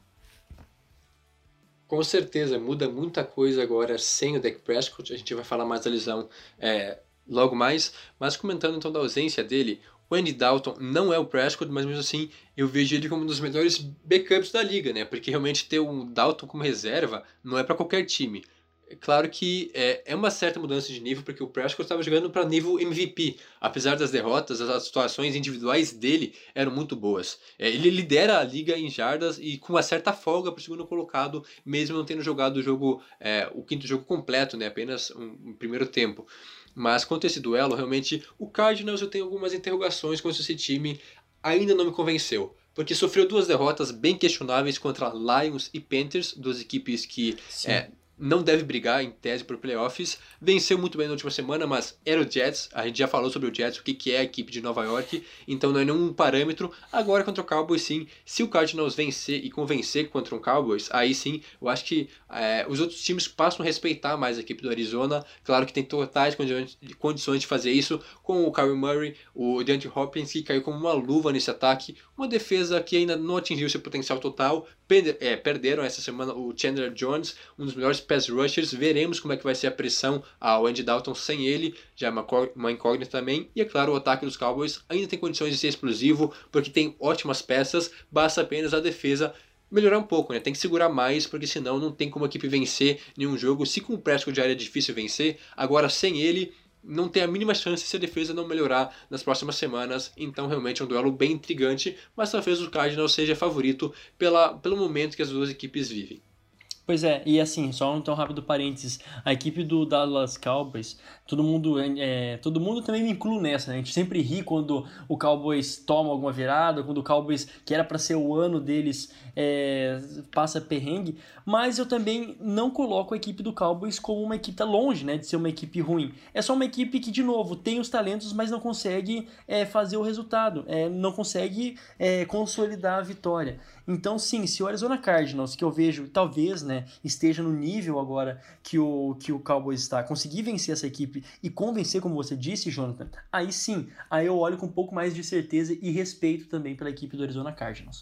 Com certeza, muda muita coisa agora sem o Dak Prescott, a gente vai falar mais da lesão é, logo mais, mas comentando então da ausência dele, o Andy Dalton não é o Prescott, mas mesmo assim eu vejo ele como um dos melhores backups da liga, né? Porque realmente ter um Dalton como reserva não é para qualquer time. É claro que é, é uma certa mudança de nível, porque o Prescott estava jogando para nível M V P. Apesar das derrotas, as situações individuais dele eram muito boas. É, ele lidera a liga em jardas e com uma certa folga para o segundo colocado, mesmo não tendo jogado o jogo, é, o quinto jogo completo, né? Apenas um, um primeiro tempo. Mas quanto a esse duelo, realmente, o Cardinals eu tenho algumas interrogações com esse time, ainda não me convenceu. Porque sofreu duas derrotas bem questionáveis contra Lions e Panthers, duas equipes que é, não devem brigar em tese por playoffs. Venceu muito bem na última semana, mas era o Jets, a gente já falou sobre o Jets, o que é a equipe de Nova York, então não é nenhum parâmetro. Agora contra o Cowboys sim, se o Cardinals vencer e convencer contra um Cowboys, aí sim, eu acho que é, os outros times passam a respeitar mais a equipe do Arizona. Claro que tem totais condições de fazer isso, com o Kyler Murray, o DeAndre Hopkins, que caiu como uma luva nesse ataque, uma defesa que ainda não atingiu seu potencial total. É, perderam essa semana o Chandler Jones, um dos melhores pass rushers. Veremos como é que vai ser a pressão ao Andy Dalton sem ele, já é uma, uma incógnita também. E é claro, o ataque dos Cowboys ainda tem condições de ser explosivo, porque tem ótimas peças, basta apenas a defesa melhorar um pouco, né? Tem que segurar mais, porque senão não tem como a equipe vencer nenhum jogo. Se com o Prescott já era difícil vencer, agora sem ele não tem a mínima chance se a defesa não melhorar nas próximas semanas. Então realmente é um duelo bem intrigante, mas talvez o Cardinals seja favorito pela, pelo momento que as duas equipes vivem. Pois é, e assim, só um tão rápido parênteses, a equipe do Dallas Cowboys, todo mundo, é, todo mundo também me inclui nessa, né? A gente sempre ri quando o Cowboys toma alguma virada, quando o Cowboys, que era para ser o ano deles, é, passa perrengue, mas eu também não coloco a equipe do Cowboys como uma equipe, tá longe, né, de ser uma equipe ruim. É só uma equipe que, de novo, tem os talentos, mas não consegue é, fazer o resultado, é, não consegue é, consolidar a vitória. Então, sim, se o Arizona Cardinals, que eu vejo, talvez, né, esteja no nível agora que o, que o Cowboys está, conseguir vencer essa equipe e convencer, como você disse, Jonathan, aí sim, aí eu olho com um pouco mais de certeza e respeito também pela equipe do Arizona Cardinals.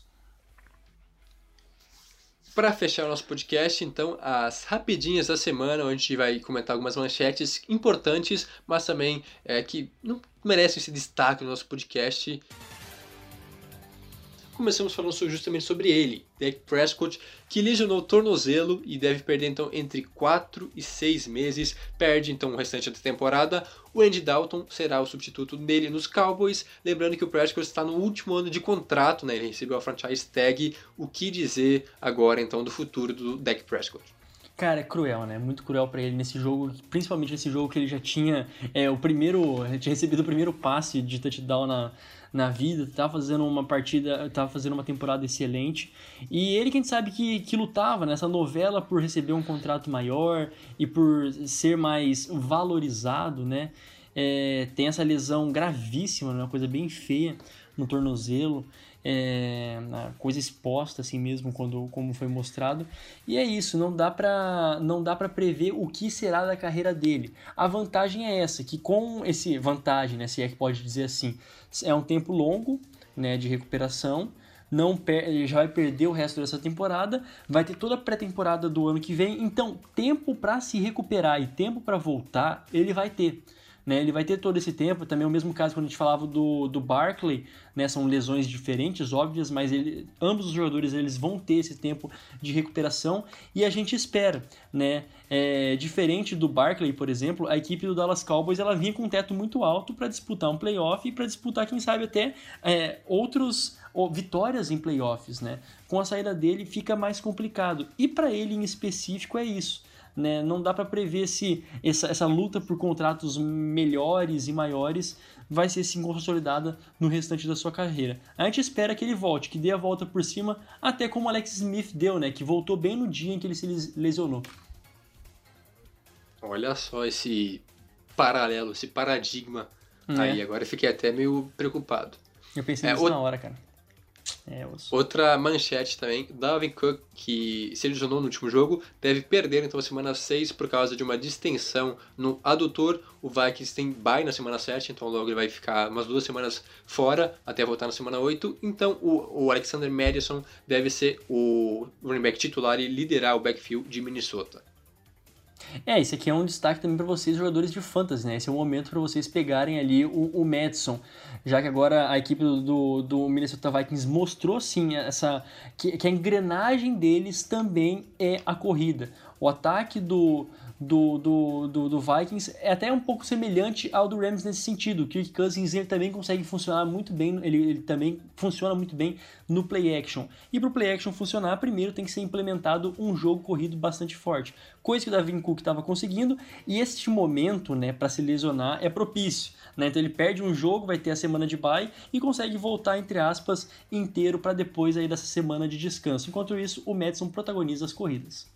Para fechar o nosso podcast, então, as rapidinhas da semana, onde a gente vai comentar algumas manchetes importantes, mas também é, que não merecem esse destaque no nosso podcast. Começamos falando justamente sobre ele, Dak Prescott, que lesionou o tornozelo e deve perder então entre quatro e seis meses, perde então o restante da temporada. O Andy Dalton será o substituto dele nos Cowboys, lembrando que o Prescott está no último ano de contrato, né? Ele recebeu a franchise tag. O que dizer agora então do futuro do Dak Prescott? Cara, é cruel, né? Muito cruel pra ele nesse jogo, principalmente nesse jogo que ele já tinha é, o primeiro, tinha recebido o primeiro passe de touchdown na, na vida, tava fazendo uma partida, tava fazendo uma temporada excelente. E ele, que a gente sabe que, que lutava nessa novela por receber um contrato maior e por ser mais valorizado, né? É, tem essa lesão gravíssima, uma coisa bem feia no tornozelo. É, coisa exposta assim mesmo, quando, como foi mostrado, e é isso, não dá pra, não dá pra prever o que será da carreira dele. A vantagem é essa, que com esse vantagem, né, se é que pode dizer assim, é um tempo longo, né, de recuperação, não per- já vai perder o resto dessa temporada, vai ter toda a pré-temporada do ano que vem, então tempo para se recuperar e tempo para voltar ele vai ter. Né, ele vai ter todo esse tempo, também é o mesmo caso quando a gente falava do, do Barkley, né, são lesões diferentes, óbvias, mas ele, ambos os jogadores eles vão ter esse tempo de recuperação e a gente espera, né, é, diferente do Barkley, por exemplo, a equipe do Dallas Cowboys ela vinha com um teto muito alto para disputar um playoff e para disputar, quem sabe, até é, outros ou, vitórias em playoffs, né, com a saída dele fica mais complicado, e para ele em específico é isso. né? Não dá para prever se essa, essa luta por contratos melhores e maiores vai ser sim consolidada no restante da sua carreira. A gente espera que ele volte, que dê a volta por cima, até como o Alex Smith deu, né? Que voltou bem no dia em que ele se lesionou. Olha só esse paralelo, esse paradigma é. aí. Agora eu fiquei até meio preocupado. Eu pensei é, nisso o... na hora, cara. É, Outra manchete também, Dalvin Cook, que se lesionou no último jogo, deve perder então a semana seis por causa de uma distensão no adutor. O Vikings tem bye na semana sete, então logo ele vai ficar umas duas semanas fora até voltar na semana oito. Então o, o Alexander Mattison deve ser o running back titular e liderar o backfield de Minnesota. É, esse aqui é um destaque também para vocês, jogadores de fantasy, né? Esse é o momento para vocês pegarem ali o, o Madison, já que agora a equipe do, do Minnesota Vikings mostrou sim essa, que, que a engrenagem deles também é a corrida. O ataque do, do, do, do, do Vikings é até um pouco semelhante ao do Rams nesse sentido. O Kirk Cousins ele também consegue funcionar muito bem, ele, ele também funciona muito bem no play action. E para o play action funcionar, primeiro tem que ser implementado um jogo corrido bastante forte, coisa que o Dalvin Cook estava conseguindo, e este momento, né, para se lesionar é propício. Né? Então ele perde um jogo, vai ter a semana de bye e consegue voltar, entre aspas, inteiro para depois aí dessa semana de descanso. Enquanto isso, o Madison protagoniza as corridas.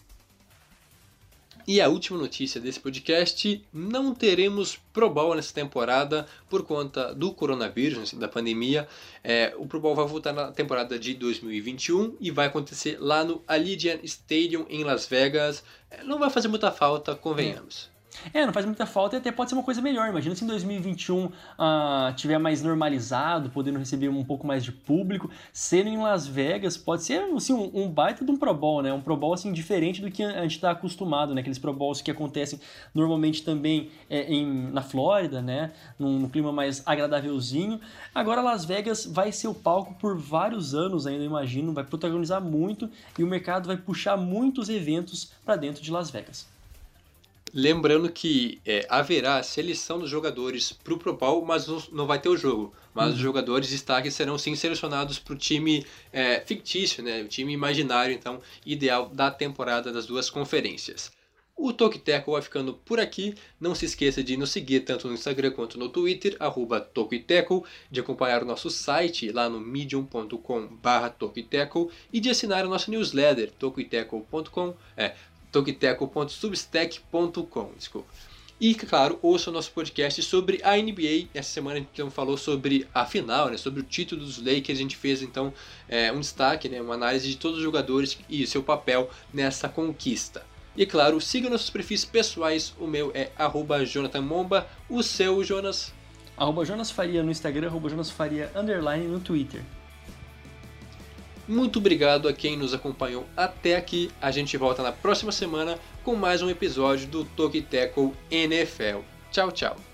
E a última notícia desse podcast, não teremos Pro Bowl nessa temporada por conta do coronavírus, da pandemia. É, o Pro Bowl vai voltar na temporada de dois mil e vinte e um e vai acontecer lá no Allegiant Stadium em Las Vegas. É, não vai fazer muita falta, convenhamos. É, não faz muita falta e até pode ser uma coisa melhor. Imagina se em dois mil e vinte e um uh, tiver mais normalizado, podendo receber um pouco mais de público. Sendo em Las Vegas, pode ser assim, um, um baita de um Pro Bowl, né? Um Pro Bowl assim, diferente do que a gente está acostumado, né? Aqueles Pro Bowls que acontecem normalmente também é, em, na Flórida, né? Num, num clima mais agradávelzinho. Agora Las Vegas vai ser o palco por vários anos ainda, eu imagino. Vai protagonizar muito e o mercado vai puxar muitos eventos para dentro de Las Vegas. Lembrando que é, haverá seleção dos jogadores para o Pro Bowl, mas não, não vai ter o jogo. Mas uhum. os jogadores destaques serão sim selecionados para o time é, fictício, né? O time imaginário, então, ideal da temporada das duas conferências. O Talk Tackle vai ficando por aqui. Não se esqueça de nos seguir tanto no Instagram quanto no Twitter, arroba Talk Tackle, de acompanhar o nosso site lá no medium ponto com barra Talk Tackle e de assinar o nosso newsletter, talk tackle ponto com, é, talk tackle ponto substack ponto com, desculpa. E, claro, ouça o nosso podcast sobre a N B A. Essa semana a gente então falou sobre a final, né, sobre o título dos Lakers. A gente fez então é, um destaque, né, uma análise de todos os jogadores e seu papel nessa conquista. E, claro, siga nossos perfis pessoais. O meu é arroba Jonathan Momba. O seu, Jonas? Arroba Jonas Faria no Instagram, arroba Jonas Faria underline no Twitter. Muito obrigado a quem nos acompanhou até aqui. A gente volta na próxima semana com mais um episódio do Talk Tackle N F L. Tchau, tchau.